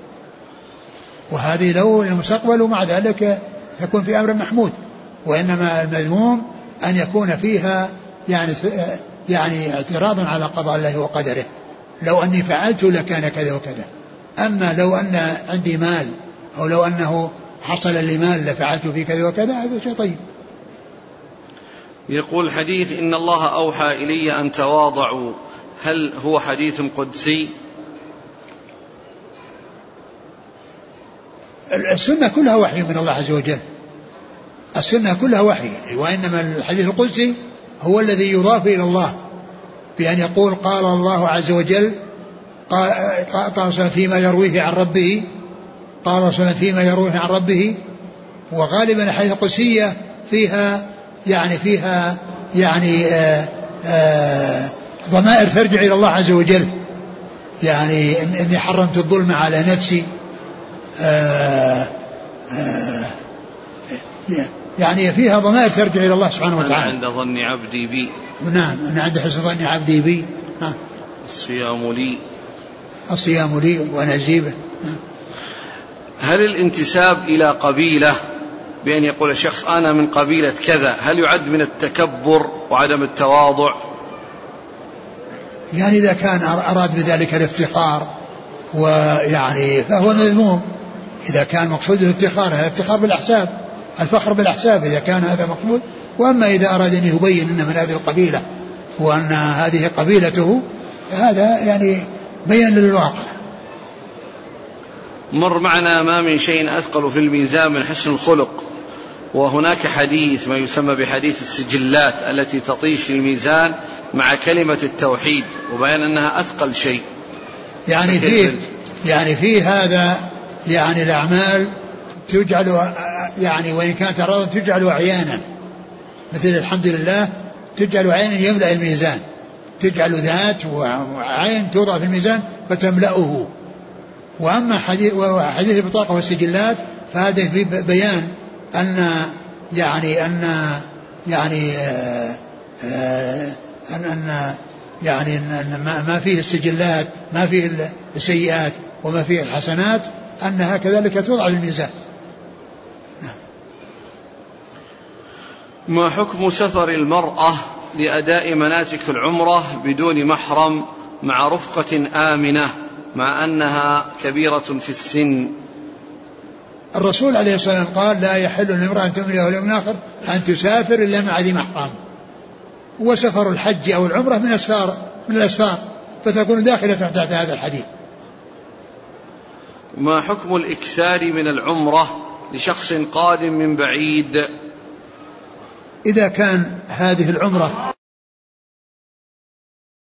وهذه لو المستقبل ومع ذلك تكون في أمر محمود. وإنما المذموم أن يكون فيها يعني يعني اعتراض على قضاء الله وقدره، لو أني فعلت لكان كذا وكذا. أما لو أن عندي مال أو لو أنه حصل لي مال لفعلت في كذا وكذا، هذا شيء طيب. يقول حديث إن الله أوحى إلي أن تواضعوا، هل هو حديث قدسي؟ السنة كلها وحي من الله عز وجل، السنة كلها وحي، وإنما الحديث القدسي هو الذي يضاف إلى الله بأن يقول قال الله عز وجل، قال, قال فيما يرويه عن ربه، قال فيما يرويه عن ربه. وغالبا الحديث القدسية فيها يعني فيها يعني آآ آآ ضمائر ترجع إلى الله عز وجل، يعني إن إني حرمت الظلم على نفسي، آآ آآ يعني فيها ضمائر ترجع إلى الله سبحانه وتعالى. أنا عند ظن عبدي بي. نعم، أنا عند حسن ظن عبدي بي. الصيام لي الصيام لي وأنا أجيبه. هل الانتساب إلى قبيلة بأن يقول الشخص أنا من قبيلة كذا هل يعد من التكبر وعدم التواضع؟ يعني إذا كان أراد بذلك الافتخار ويعني فهو مذموم. إذا كان مقصود الافتخار، هذا افتخار بالأحساب، الفخر بالأحساب إذا كان هذا مقصود. وأما إذا أراد أن يبين أن من هذه القبيلة وأن هذه قبيلته، هذا يعني بيان للواقع. مر معنا ما من شيء أثقل في الميزان من حسن الخلق، وهناك حديث ما يسمى بحديث السجلات التي تطيش في الميزان مع كلمة التوحيد، وبيان أنها أثقل شيء. يعني فيه يعني فيه هذا يعني الأعمال تجعل يعني وإن كانت أراضا تجعل عيانا، مثل الحمد لله تجعل عينا يملأ الميزان، تجعل ذات وعين توضع في الميزان فتملأه. وأما حديث وحديث البطاقة والسجلات فهذا في بيان أن يعني أن يعني آآ آآ أن أن يعني أن ما فيه السجلات، ما فيه السيئات وما فيه الحسنات، أنها كذلك توضع في الميزان. ما حكم سفر المرأة لأداء مناسك العمرة بدون محرم مع رفقة آمنة مع أنها كبيرة في السن؟ الرسول عليه الصلاة والسلام قال لا يحل لامرأة تؤمن له اليوم الآخر أن تسافر إلا مع ذي محرم، وسفر الحج أو العمرة من أسفار من الأسفار فتكون داخلة تحت هذا الحديث. ما حكم الإكثار من العمرة لشخص قادم من بعيد؟ إذا كان هذه العمرة